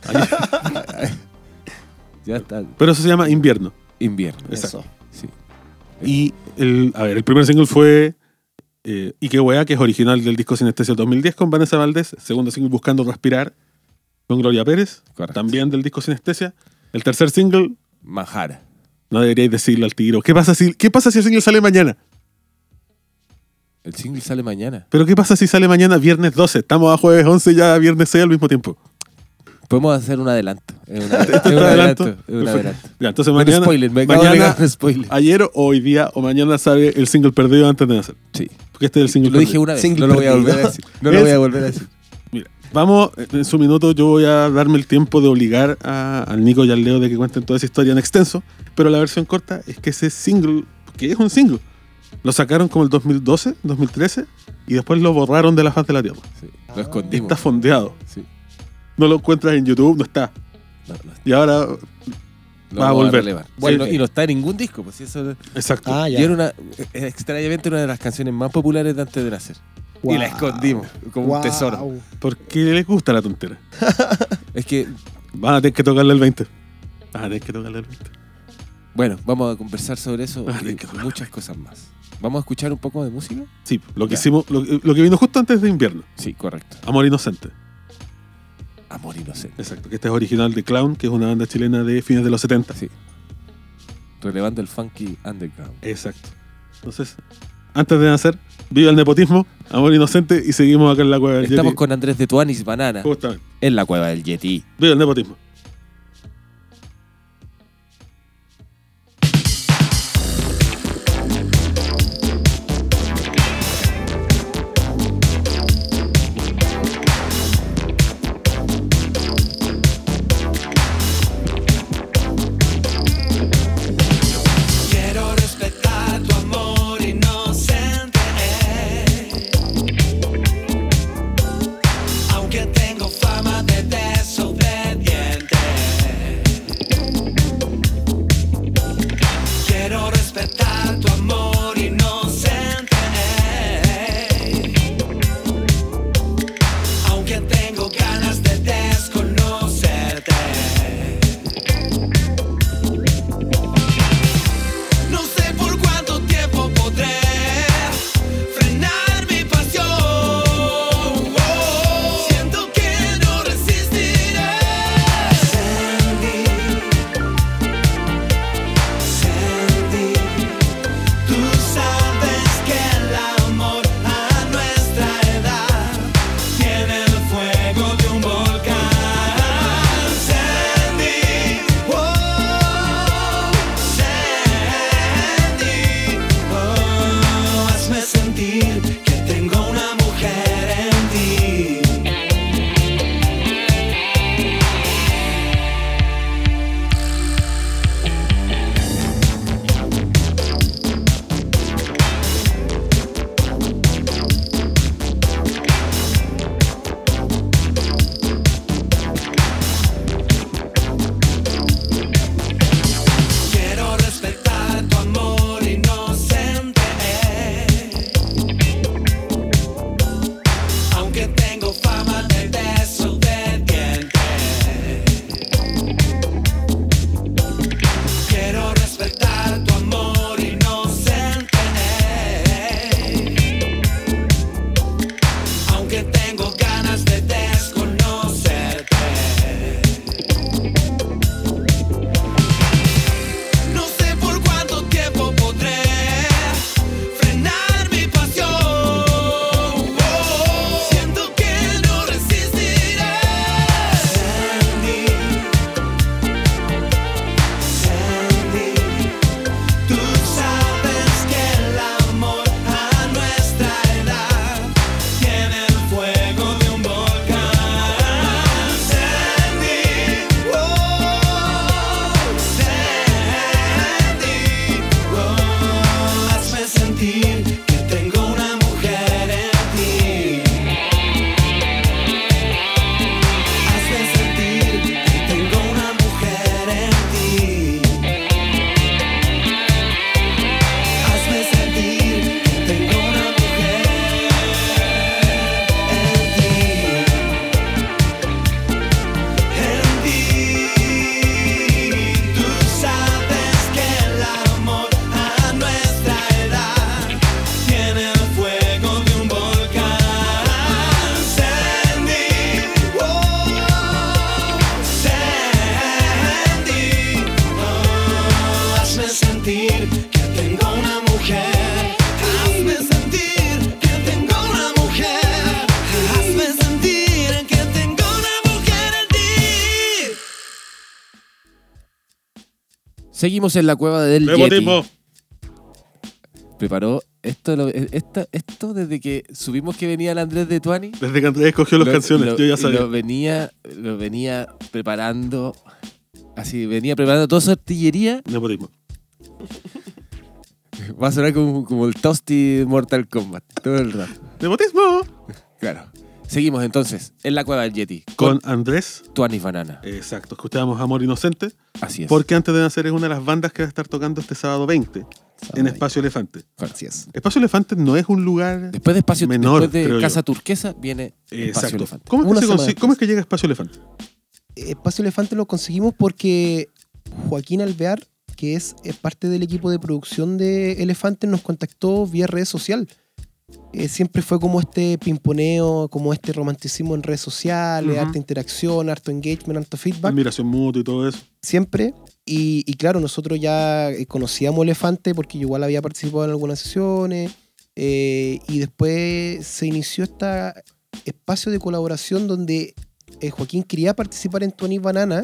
Ya está.
Pero eso se llama Invierno.
Invierno.
Exacto.
Sí.
Y el primer single fue Y qué weá, que es original del disco Sinestesia 2010 con Vanessa Valdés. Segundo single Buscando Respirar con Gloria Pérez.
Correcto.
También del disco Sinestesia. El tercer single,
Manjara.
no deberíais decirlo al tiro. ¿Qué pasa si el single sale mañana?
El single sale mañana.
¿Pero qué pasa si sale mañana viernes 12? Estamos a jueves 11 ya viernes 6 al mismo tiempo.
Podemos hacer un adelanto. Es un
Perfecto.
adelanto.
Ya, entonces
Un
mañana,
spoiler, me acabo de
mañana
pegar un spoiler.
ayer o hoy día o mañana sale el single perdido antes de nacer.
Sí.
Porque este es el single
Lo dije
perdido.
una vez.
Single
No lo voy a
perdido.
volver a decir. No lo voy a volver a decir.
Mira, vamos, en su minuto yo voy a darme el tiempo de obligar al Nico y al Leo de que cuenten toda esa historia en extenso, pero la versión corta es que ese single, que es un single, lo sacaron como el 2012, 2013 y después lo borraron de la faz de la tierra.
Sí. Lo escondimos.
Está fondeado.
Sí.
No lo encuentras en YouTube, no está.
No,
Y ahora
lo
va a
vamos
volver.
relevar.
Vuelve.
Y no está en ningún disco. Pues eso,
Exacto.
Ah,
y
ya.
era extrañamente una de las canciones más populares de antes de nacer. Y la
Wow.
escondimos como un tesoro.
¿Por qué les gusta la tontera?
Es que,
Van a tener que tocarle el 20. Van a tener que tocarle el 20.
bueno, vamos a conversar sobre eso
Ah,
y
qué
muchas cosas más. ¿Vamos a escuchar un poco de música?
Sí, lo que
Ya.
hicimos, lo que vino justo antes de invierno.
Sí, correcto.
Amor Inocente.
Amor inocente.
Exacto. Que este es original de Clown, que es una banda chilena de fines de los 70.
Sí. Relevando el funky underground.
Exacto. Entonces, antes de nacer, viva el nepotismo, Amor Inocente y seguimos acá en la cueva del
Estamos
Yeti.
con Andrés de Tuanis Banana
Justamente.
en la cueva del Yeti.
Viva el nepotismo.
Quiero respetar tu amor inocente, aunque tengo fama de desobediente.
Seguimos en la cueva del Yeti.
Nepotismo.
Preparó esto desde que supimos que venía el Andrés de Tuani.
Desde que Andrés escogió las canciones, yo ya sabía.
Lo venía preparando. Así, venía preparando toda su artillería.
Nepotismo.
Va a sonar como el Toasty Mortal Kombat. Todo el rato.
Nepotismo.
Claro. Seguimos entonces en la cueva del Yeti.
Con Andrés.
Tuanis Banana.
Exacto, escuchábamos Amor Inocente.
Así es.
Porque Antes de Nacer es una de las bandas que va a estar tocando este sábado 20 en
20.
Espacio Elefante.
Así es.
Espacio Elefante no es un lugar
Después de Espacio
menor,
después de
creo
Casa
yo.
Turquesa viene Espacio
Exacto.
Elefante.
¿Cómo es,
Una
que
semana
¿Cómo es
después.
que llega Espacio Elefante?
Espacio Elefante lo conseguimos porque Joaquín Alvear, que es parte del equipo de producción de Elefante, nos contactó vía red social. Siempre fue como este pimponeo, como este romanticismo en redes sociales,
Ujú.
harta interacción, harto engagement, harto feedback.
Admiración mutua y todo eso.
Siempre. Y claro, nosotros ya conocíamos Elefante porque yo igual había participado en algunas sesiones. Y después se inició este espacio de colaboración donde Joaquín quería participar en Tuanis Banana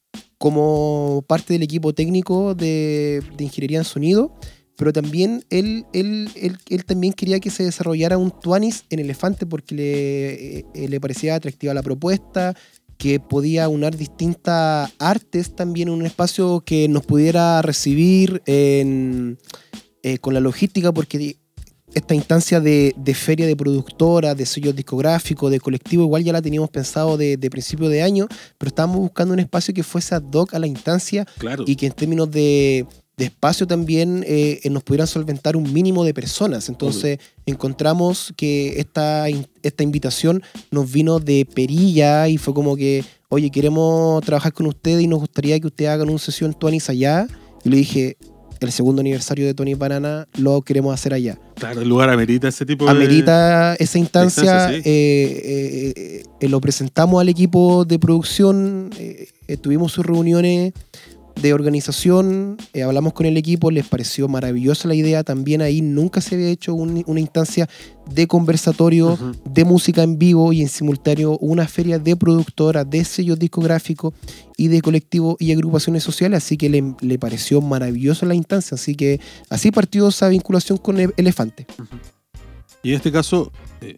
como parte del equipo técnico de ingeniería en sonido, pero también él también quería que se desarrollara un Tuanis en Elefante porque le parecía atractiva la propuesta, que podía unir distintas artes también en un espacio que nos pudiera recibir con la logística, porque esta instancia de feria de productoras, de sellos discográficos, de colectivo, igual ya la teníamos pensado de principio de año, pero estábamos buscando un espacio que fuese ad hoc a la instancia
Claro.
y que en términos de espacio también nos pudieran solventar un mínimo de personas. Entonces encontramos que esta invitación nos vino de perilla y fue como que, oye, queremos trabajar con ustedes y nos gustaría que ustedes hagan una sesión Tuanis allá. Y le dije, el segundo aniversario de Tuanis Banana lo queremos hacer allá.
Claro, el lugar amerita ese tipo de...
Amerita esa instancia,
instancia,
lo presentamos al equipo de producción, tuvimos sus reuniones de organización, hablamos con el equipo, les pareció maravillosa la idea. También ahí nunca se había hecho una instancia de conversatorio,
Ujú.
de música en vivo y en simultáneo una feria de productoras, de sellos discográficos y de colectivos y agrupaciones sociales, así que le pareció maravillosa la instancia, así que así partió esa vinculación con Elefante.
Y en este caso,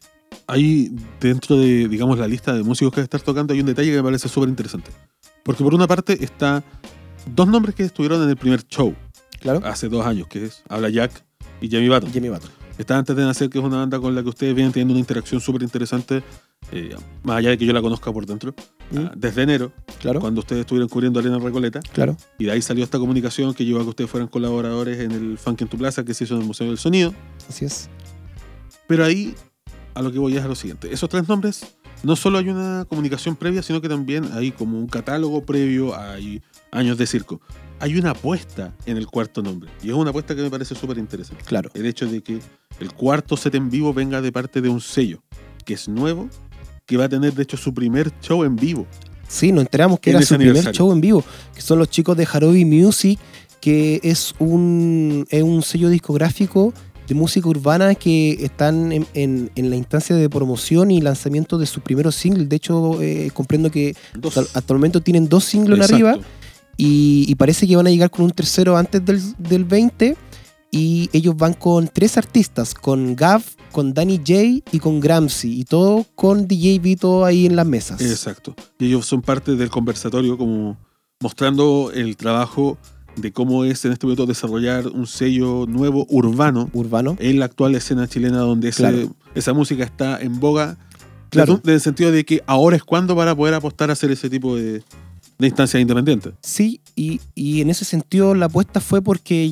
hay dentro de, digamos, la lista de músicos que va a estar tocando, hay un detalle que me parece súper interesante. Porque por una parte está dos nombres que estuvieron en el primer show
Claro.
hace 2 años, que es Habla Jack y Jamie Button.
Jamie Button.
Está Antes de Nacer, que es una banda con la que ustedes vienen teniendo una interacción súper interesante, más allá de que yo la conozca por dentro, desde enero,
Claro.
cuando ustedes estuvieron cubriendo Arena Recoleta,
Claro.
y de ahí salió esta comunicación que llevó a que ustedes fueran colaboradores en el Funk en tu Plaza, que se hizo en el Museo del Sonido.
Así es.
Pero ahí a lo que voy es a lo siguiente. Esos 3 nombres, no solo hay una comunicación previa, sino que también hay como un catálogo previo, hay años de circo. Hay una apuesta en el cuarto nombre. Y es una apuesta que me parece súper interesante.
Claro.
El hecho de que el cuarto set en vivo venga de parte de un sello que es nuevo, que va a tener de hecho su primer show en vivo.
Sí, nos enteramos que
En
era
ese
su primer
aniversario.
show en vivo, que son los chicos de Harobi Music, que es un sello discográfico de música urbana que están en la instancia de promoción y lanzamiento de su primer single. De hecho, comprendo que hasta el momento tienen 2 singles en
Exacto.
arriba y parece que van a llegar con un tercero antes del 20. Y ellos van con 3 artistas, con Gav, con Danny J y con Gramsci, y todo con DJ Vito ahí en las mesas.
Exacto. Y ellos son parte del conversatorio, como mostrando el trabajo de cómo es en este momento desarrollar un sello nuevo urbano
Urbano.
en la actual escena chilena, donde
Claro.
esa música está en boga.
Claro.
En el sentido de que ahora es cuando para poder apostar a hacer ese tipo de instancias independientes.
Sí, y en ese sentido la apuesta fue porque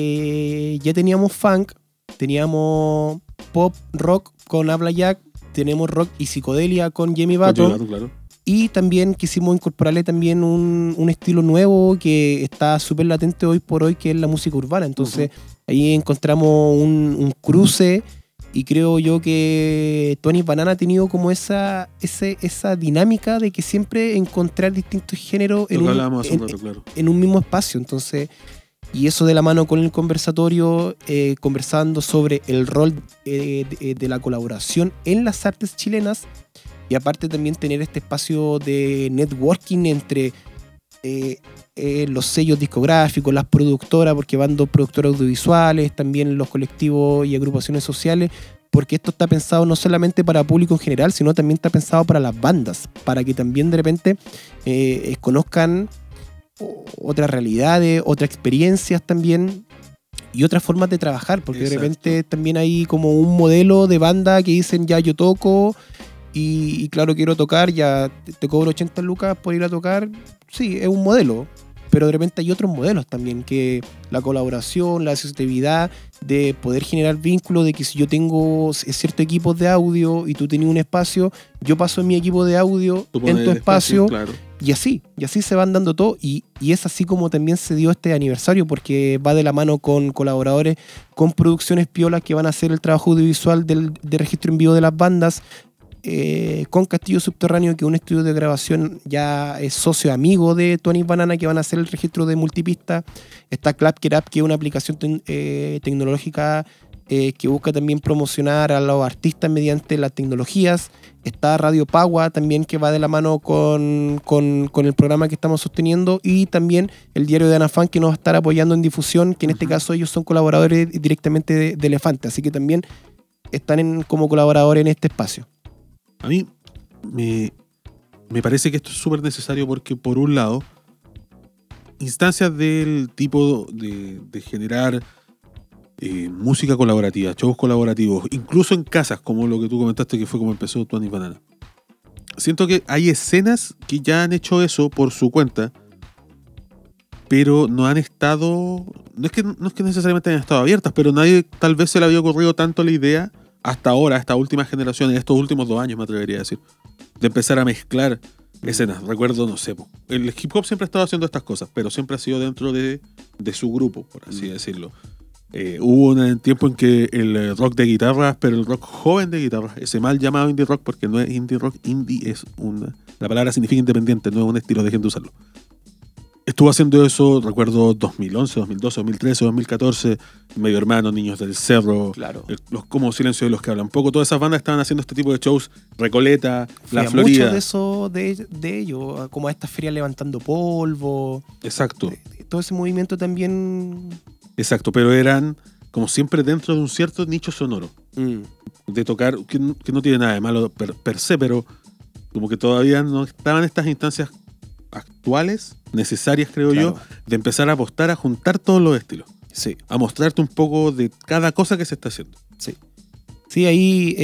ya teníamos funk, teníamos pop, rock con Habla Jack, tenemos rock y psicodelia con Jamie Button,
Claro.
y también quisimos incorporarle también un estilo nuevo que está súper latente hoy por hoy, que es la música urbana. Entonces ahí encontramos un cruce, y creo yo que Tuanis Banana ha tenido como esa dinámica de que siempre encontrar distintos géneros
Lo que hablábamos hace un rato, claro.
en un mismo espacio. Entonces, y eso de la mano con el conversatorio, conversando sobre el rol de la colaboración en las artes chilenas, y aparte también tener este espacio de networking entre los sellos discográficos, las productoras, porque van 2 productoras audiovisuales, también los colectivos y agrupaciones sociales, porque esto está pensado no solamente para público en general, sino también está pensado para las bandas, para que también de repente conozcan otras realidades, otras experiencias también y otras formas de trabajar, porque
Exacto.
de repente también hay como un modelo de banda que dicen ya yo toco y claro quiero tocar, ya te cobro 80 lucas por ir a tocar, sí, es un modelo, pero de repente hay otros modelos también, que la colaboración, la asociatividad, de poder generar vínculos, de que si yo tengo ciertos equipos de audio y tú tienes un espacio, yo paso mi equipo de audio
Tú
en
pones
tu
el
espacio,
claro.
y así se van dando todo, y es así como también se dio este aniversario, porque va de la mano con colaboradores, con producciones piolas que van a hacer el trabajo audiovisual de registro en vivo de las bandas, con Castillo Subterráneo, que es un estudio de grabación ya es socio amigo de Tony Banana, que van a hacer el registro de multipista. Está Clap It Up, que es una aplicación tecnológica que busca también promocionar a los artistas mediante las tecnologías. Está Radio Pagua también, que va de la mano con el programa que estamos sosteniendo, y también el diario de Anafán, que nos va a estar apoyando en difusión, que en este caso ellos son colaboradores directamente de Elefante, así que también están como colaboradores en este espacio.
A mí me parece que esto es súper necesario porque, por un lado, instancias del tipo de generar música colaborativa, shows colaborativos, incluso en casas, como lo que tú comentaste que fue como empezó Tony Banana. Siento que hay escenas que ya han hecho eso por su cuenta, pero no han estado... No es que necesariamente hayan estado abiertas, pero nadie tal vez se le había ocurrido tanto la idea hasta ahora, esta última generación, en estos últimos 2 años me atrevería a decir, de empezar a mezclar escenas. Recuerdo, no sé, el hip hop siempre ha estado haciendo estas cosas, pero siempre ha sido dentro de su grupo, por así decirlo. Hubo un tiempo en que el rock de guitarras, pero el rock joven de guitarras, ese mal llamado indie rock, porque no es indie rock, indie es la palabra significa independiente, no es un estilo, dejen de usarlo. Estuvo haciendo eso, recuerdo, 2011, 2012, 2013, 2014, Medio Hermano, Niños del Cerro,
Claro.
los como Silencio de los que hablan poco, todas esas bandas estaban haciendo este tipo de shows, Recoleta, La
Fui a
Florida.
mucho de eso, de ellos, como a estas ferias levantando polvo,
Exacto,
todo ese movimiento también.
exacto, pero eran como siempre dentro de un cierto nicho sonoro, de tocar, que no tiene nada de malo per se, pero como que todavía no estaban estas instancias actuales, necesarias creo
Claro.
yo, de empezar a apostar a juntar todos los estilos,
Sí,
a mostrarte un poco de cada cosa que se está haciendo.
sí. Sí, ahí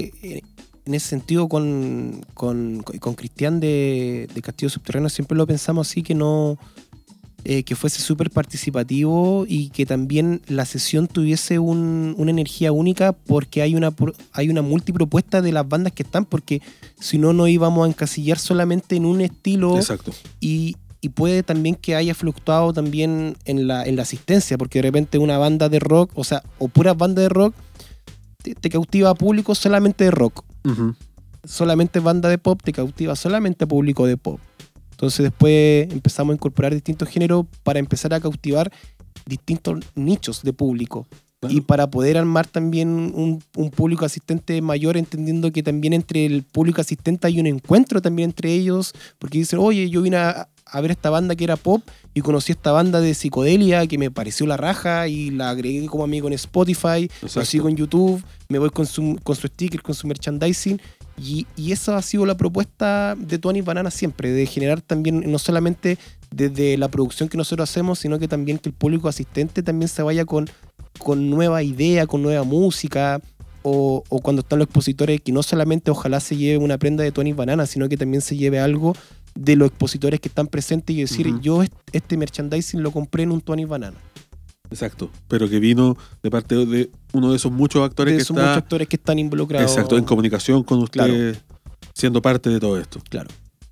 en ese sentido con Cristian de Castillo Subterráneo siempre lo pensamos así, que no que fuese súper participativo y que también la sesión tuviese una energía única, porque hay una multipropuesta de las bandas que están, porque si no, no íbamos a encasillar solamente en un estilo.
Exacto.
Y puede también que haya fluctuado también en la asistencia, porque de repente una banda de rock, o puras bandas de rock, te cautiva a público solamente de rock.
Ujú.
Solamente banda de pop te cautiva solamente a público de pop. Entonces después empezamos a incorporar distintos géneros para empezar a cautivar distintos nichos de público.
Claro.
Y para poder armar también un público asistente mayor, entendiendo que también entre el público asistente hay un encuentro también entre ellos, porque dicen, oye, yo vine a ver esta banda que era pop y conocí esta banda de psicodelia que me pareció la raja y la agregué como amigo en Spotify,
Exacto.
lo sigo en YouTube, me voy con su sticker, con su merchandising. Y esa ha sido la propuesta de Tony Banana siempre, de generar también, no solamente desde la producción que nosotros hacemos, sino que también que el público asistente también se vaya con nueva idea, con nueva música, o cuando están los expositores, que no solamente ojalá se lleve una prenda de Tony Banana, sino que también se lleve algo de los expositores que están presentes y decir,
Ujú.
yo este merchandising lo compré en un Tony Banana.
Exacto, pero que vino de parte de uno de esos muchos actores
De
que
esos
está
muchos actores que están involucrados.
exacto, en comunicación con usted,
Claro.
siendo parte de todo esto.
Claro.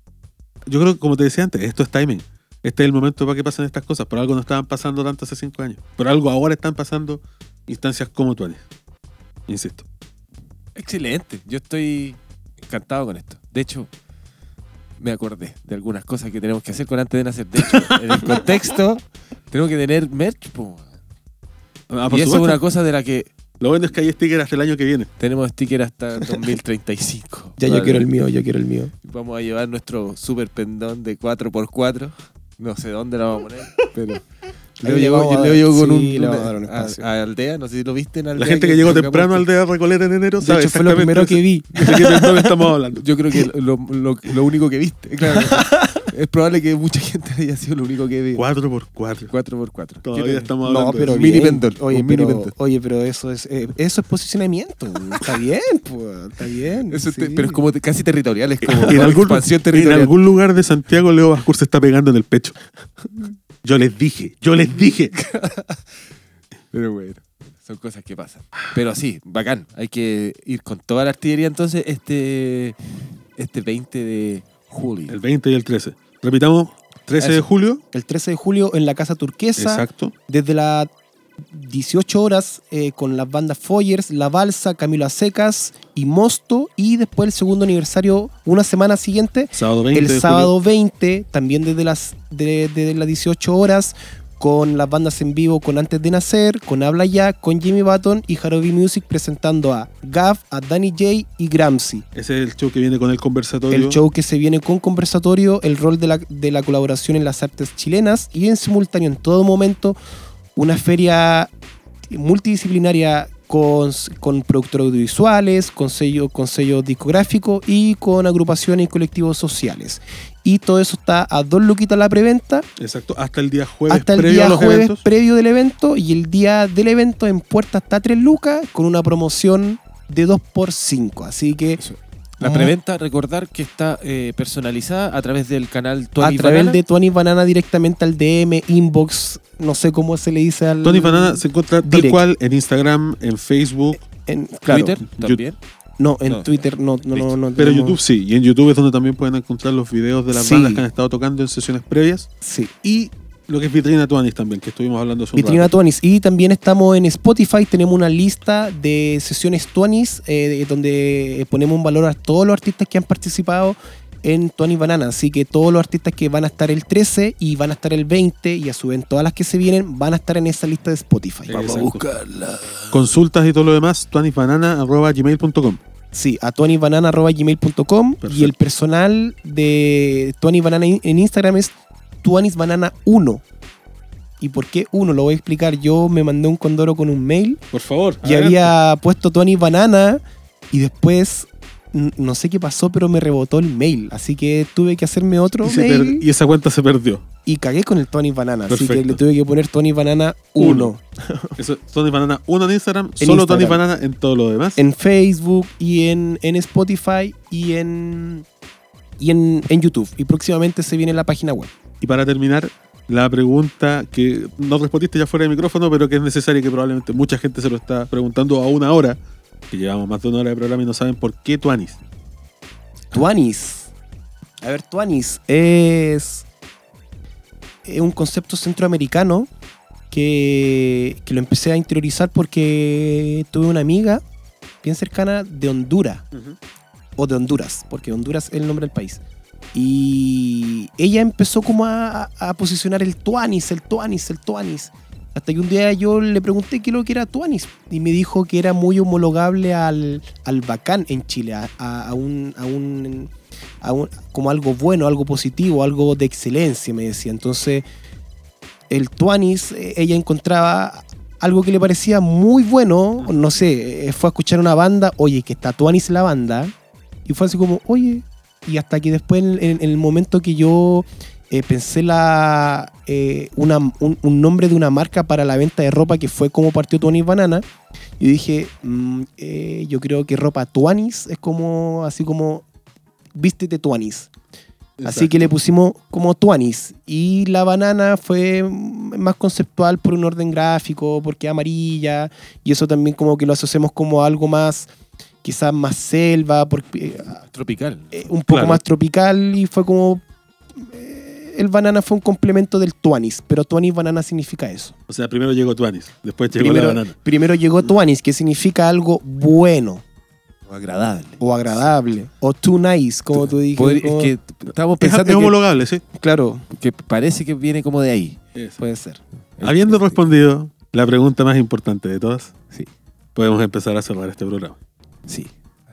Yo creo que, como te decía antes, esto es timing. Este es el momento para que pasen estas cosas. Por algo no estaban pasando tanto hace 5 años. Por algo ahora están pasando instancias como Tony. Insisto.
Excelente. Yo estoy encantado con esto. De hecho, me acordé de algunas cosas que tenemos que hacer con Antes de Nacer. De hecho, en el contexto, tenemos que tener merch, po.
Ah,
Y eso es una cosa de la que
Lo bueno es que hay stickers hasta el año que viene.
tenemos sticker hasta 2035.
Ya yo quiero el mío.
Vamos a llevar nuestro super pendón de 4x4. No sé dónde la vamos a poner, pero...
Ahí
Leo
le
llegó,
vamos a dar-
Leo llegó con
sí, le vamos a dar un espacio.
a Aldea, no sé si lo viste en Aldea.
La gente que llegó
tocamos
temprano
el-
al de Recoleta en enero
De
sabe
hecho, fue lo
exactamente
primero que vi.
de qué temprano estamos hablando.
Yo creo que lo único que viste, claro. Es probable que mucha gente haya sido lo único que vio.
4x4.
4x4.
Todavía estamos hablando
No, pero
de
Mini
bien.
vendor,
Oye,
un mini
pero,
vendor.
oye, pero eso es posicionamiento. Está bien, pues. Está bien.
Eso
sí.
pero es como casi territorial, es como
En algún,
expansión
en
territorial.
algún lugar de Santiago, Leo Bascour se está pegando en el pecho. Yo les dije.
Pero bueno, son cosas que pasan. Pero sí, bacán. Hay que ir con toda la artillería entonces este 20 de julio.
El 20 y el 13. Repitamos, 13 de
Eso.
julio.
El 13 de julio en la Casa Turquesa.
Exacto.
Desde las 18 horas con las bandas Foyers, La Balsa, Camilo Acecas y Mosto. Y después el segundo aniversario, una semana siguiente,
Sábado 20
el
de
sábado 20, también desde las 18 horas, con las bandas en vivo con Antes de Nacer, con Habla Ya, con Jimmy Button y Jarobi Music presentando a Gav, a Danny J y Gramsci.
julio. Ese es el show que viene con el conversatorio.
El show que se viene con conversatorio, el rol de la colaboración en las artes chilenas y en simultáneo en todo momento una feria multidisciplinaria con productores audiovisuales, con sello discográfico y con agrupaciones y colectivos sociales. Y todo eso está a 2 luquitas la preventa,
Exacto. Hasta el día jueves
hasta el
previo
día
a los
jueves
eventos.
previo del evento, y el día del evento en puerta está 3 lucas con una promoción de 2x5. Así que
Eso. La preventa, recordar que está personalizada a través del canal Tony
a través
Banana.
de Tony Banana directamente al DM, inbox, no sé cómo se le dice al...
Tony Banana se encuentra tal
Direct.
cual en Instagram, en Facebook,
claro,
Twitter también.
No, en
No.
Twitter no
pero
tenemos-
YouTube sí. Y en YouTube es donde también pueden encontrar los videos de las
Sí.
bandas que han estado tocando en sesiones previas.
Sí.
Y lo que es Vitrina Tuanis también, que estuvimos hablando hace un
Vitrina
rato.
Tuanis. Y también estamos en Spotify, tenemos una lista de sesiones Tuanis donde ponemos un valor a todos los artistas que han participado en Tuanis Banana. Así que todos los artistas que van a estar el 13 y van a estar el 20 y a su vez todas las que se vienen van a estar en esa lista de Spotify.
Exacto. Consultas y todo lo demás, tuanisbanana@gmail.com.
Sí, a tuanisbanana@gmail.com y
Perfecto.
el personal de Tuanis Banana en Instagram es tuanisbanana1. ¿Y por qué 1? Lo voy a explicar. Yo me mandé un condoro con un mail
Por favor.
y había puesto Tuanis Banana y después no sé qué pasó, pero me rebotó el mail. Así que tuve que hacerme otro mail
y esa cuenta se perdió.
y cagué con el Tuanis Banana. Así que
Perfecto.
le tuve que poner Tuanis Banana 1
Eso, Tony Banana 1 en Instagram,
En
solo
Instagram.
Tony Banana en todo lo demás.
en Facebook y en Spotify y en YouTube. Y próximamente se viene la página web.
Y para terminar, la pregunta que no respondiste ya fuera de micrófono, pero que es necesaria y que probablemente mucha gente se lo está preguntando a una hora, que llevamos más de una hora de programa y no saben por qué Tuanis.
Tuanis. A ver, Tuanis es un concepto centroamericano que lo empecé a interiorizar porque tuve una amiga bien cercana de Honduras, o de Honduras, porque Honduras es el nombre del país. Y ella empezó como a posicionar el Tuanis. Hasta que un día yo le pregunté qué es lo que era Tuanis. Y me dijo que era muy homologable al bacán en Chile, como algo bueno, algo positivo, algo de excelencia, me decía. Entonces, el Tuanis, ella encontraba algo que le parecía muy bueno. No sé, fue a escuchar una banda, oye, que está Tuanis la banda. Y fue así como, oye. Y hasta que después, en el momento que yo pensé un nombre de una marca para la venta de ropa, que fue como partió Tuanis Banana, yo dije, yo creo que ropa Tuanis es como, así como, vístete Tuanis. Así que le pusimos como Tuanis. Y la banana fue más conceptual por un orden gráfico, porque es amarilla, y eso también como que lo asociamos como algo más, quizás más selva, porque,
Tropical.
un poco
Claro.
más tropical, y fue como... el banana fue un complemento del Tuanis, pero Tuanis Banana significa eso.
O sea, primero llegó Tuanis, después llegó la banana.
Primero llegó Tuanis, que significa algo bueno,
Agradable.
o agradable, o too nice, como tú dijiste.
Es que estamos
Es,
pensando
es homologable, sí.
Claro,
que parece que viene como de ahí.
puede ser.
Habiendo respondido la pregunta más importante de todas,
Sí,
podemos empezar a cerrar este programa.
sí.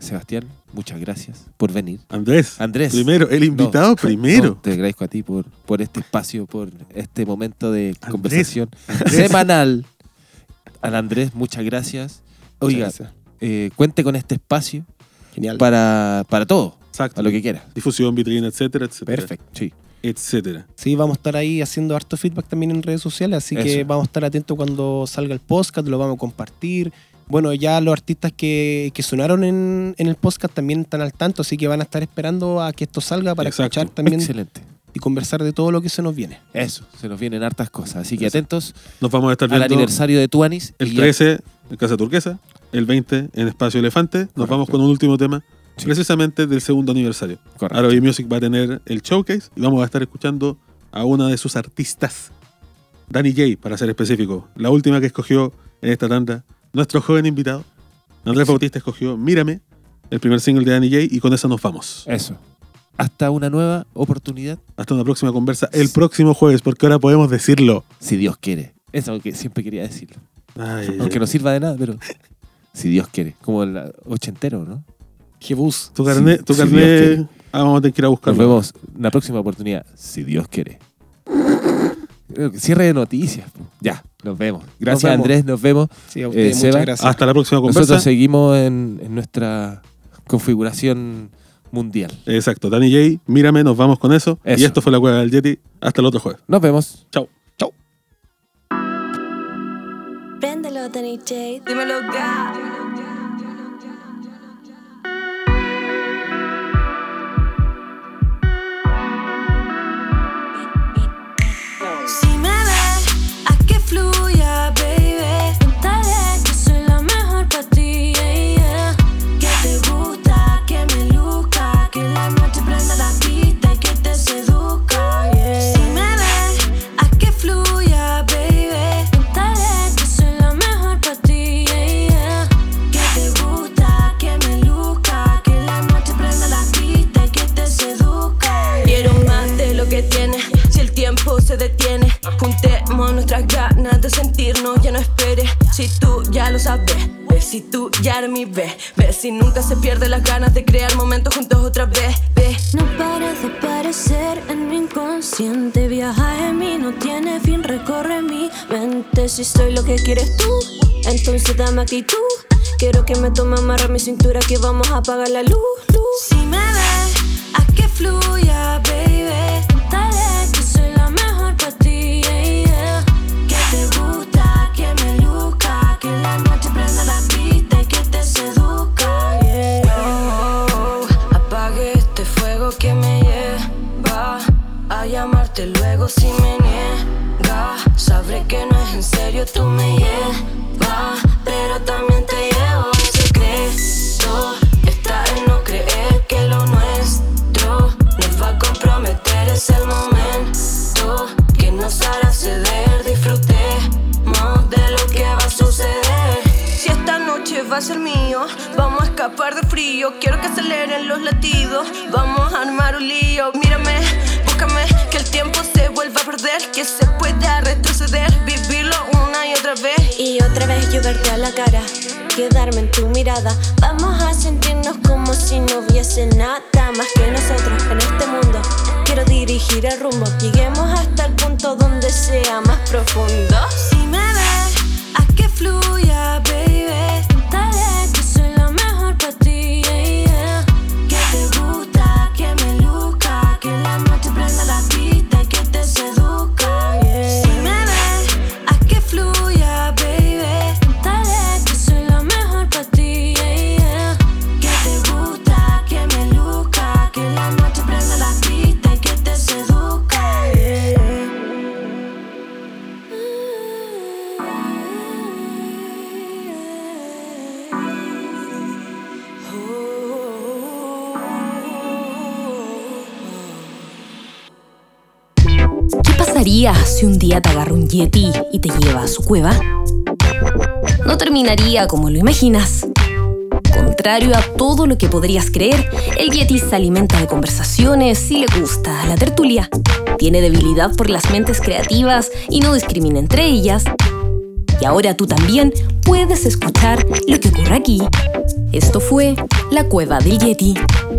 Sebastián, muchas gracias por venir.
Andrés, primero, el invitado
No,
primero.
no, te agradezco a ti por este espacio, por este momento de
Andrés,
conversación
Andrés.
semanal. Al Andrés, muchas gracias. Oiga,
Muchas gracias.
cuente con este espacio
Genial.
para todo,
Exacto.
a lo que quiera.
Difusión, vitrina, etcétera, etcétera.
Perfecto.
Sí.
Etcétera.
Sí, vamos a estar ahí haciendo harto feedback también en redes sociales, así que
Eso.
vamos a estar atentos cuando salga el podcast, lo vamos a compartir. Bueno, ya los artistas que sonaron en el podcast también están al tanto, así que van a estar esperando a que esto salga para
Exacto.
escuchar también
Excelente.
y conversar de todo lo que se nos viene.
Eso, se nos vienen hartas cosas. Así que
Eso.
atentos
Nos vamos a estar
al
viendo
aniversario de Tuanis.
el
y ya-
13 en Casa Turquesa, el 20 en Espacio Elefante. Nos vamos con un último tema,
Sí.
precisamente del segundo aniversario.
Correcto.
RB Music va a tener el showcase y vamos a estar escuchando a una de sus artistas, Danny J, para ser específico. La última que escogió en esta tanda, nuestro joven invitado, Andrés Bautista, escogió Mírame, el primer single de Danny J, y con eso nos vamos.
Eso. Hasta una nueva oportunidad,
Hasta una próxima conversa el próximo jueves, porque ahora podemos decirlo.
si Dios quiere. Eso que siempre quería decirlo.
Ay,
Aunque no sirva de nada, pero si Dios quiere. Como el ochentero, ¿no?
Jebus.
tu carnet,
si Dios
carnet,
quiere.
vamos a tener que ir a
Nos
buscarlo.
vemos en la próxima oportunidad, si Dios quiere. Cierre de noticias. Po. Ya, nos vemos. Gracias,
vemos.
Andrés, nos vemos.
Sí, a ustedes
Seba,
muchas gracias.
Hasta la próxima conversa.
Nosotros seguimos en nuestra configuración mundial.
Exacto, Danny J, Mírame, nos vamos con eso.
Eso.
Y esto fue La Cueva del Yeti. Hasta el otro jueves.
Nos vemos.
Chao.
Préndelo, Danny J.
Dímelo, God.
Si me ves, haz que fluya, baby. Pregúntale que soy la mejor para ti, yeah, yeah. Que te gusta, que me luzca, que la noche prenda la pista y que te seduzca, yeah. Si me ves, haz que fluya, baby. Pregúntale que soy la mejor para ti, yeah, yeah. Que te gusta, que me luzca, que la noche prenda la pista y que te seduzca, yeah.
Quiero más de lo que tienes. Si el tiempo se detiene, juntemos nuestras ganas de sentirnos. Ya no esperes, si tú ya lo sabes. Ves si tú ya eres mi ves. Ves si nunca se pierde las ganas de crear momentos juntos otra vez. Ves.
No pares de aparecer en mi inconsciente. Viaja en mí, no tiene fin, recorre mi mente. Si soy lo que quieres tú, entonces dame actitud. Quiero que me tome, amarra mi cintura, que vamos a apagar la luz.
Si me ves,
Haz que fluya, baby. Dale que soy la mejor para ti, yeah, yeah.
que te gusta, que me luzca, que la noche prenda la pista y que te seduzca, yeah. Oh, apague este fuego que me lleva a llamarte luego si me niega. Sabré que no es en serio, tú me llevas, pero también te llevo un secreto. Está en no creer que lo nuestro nos va a comprometer. Es el momento que nos hará ceder. Disfrutemos de lo que va a suceder. Si esta noche va a ser mío, vamos a escapar de frío. Quiero que aceleren los latidos, vamos a armar un lío. Mírame, búscame, que el tiempo se vuelva a perder, que se pueda retroceder, vivirlo una y otra vez.
Y otra vez yo verte a la cara, quedarme en tu mirada. Vamos a sentirnos como si no hubiese nada más que nosotros en este mundo. Quiero dirigir el rumbo, lleguemos hasta el punto donde sea más profundo.
Si me ves,
Haz que fluya, baby. Dale que soy la mejor para ti, yeah, yeah.
que te gusta, que me luzca, que la noche prenda la pista y que te seduzca, yeah.
Si me ves, haz que fluya, baby. Dale que soy la mejor para ti, yeah, yeah.
que te gusta, que me luzca, que la noche prenda la pista y que te seduzca, yeah.
¿Qué pasaría si un día te agarra un yeti y te lleva a su cueva? No terminaría como lo imaginas. Contrario a todo lo que podrías creer, el yeti se alimenta de conversaciones y le gusta la tertulia. Tiene debilidad por las mentes creativas y no discrimina entre ellas. Y ahora tú también puedes escuchar lo que ocurre aquí. Esto fue La Cueva del Yeti.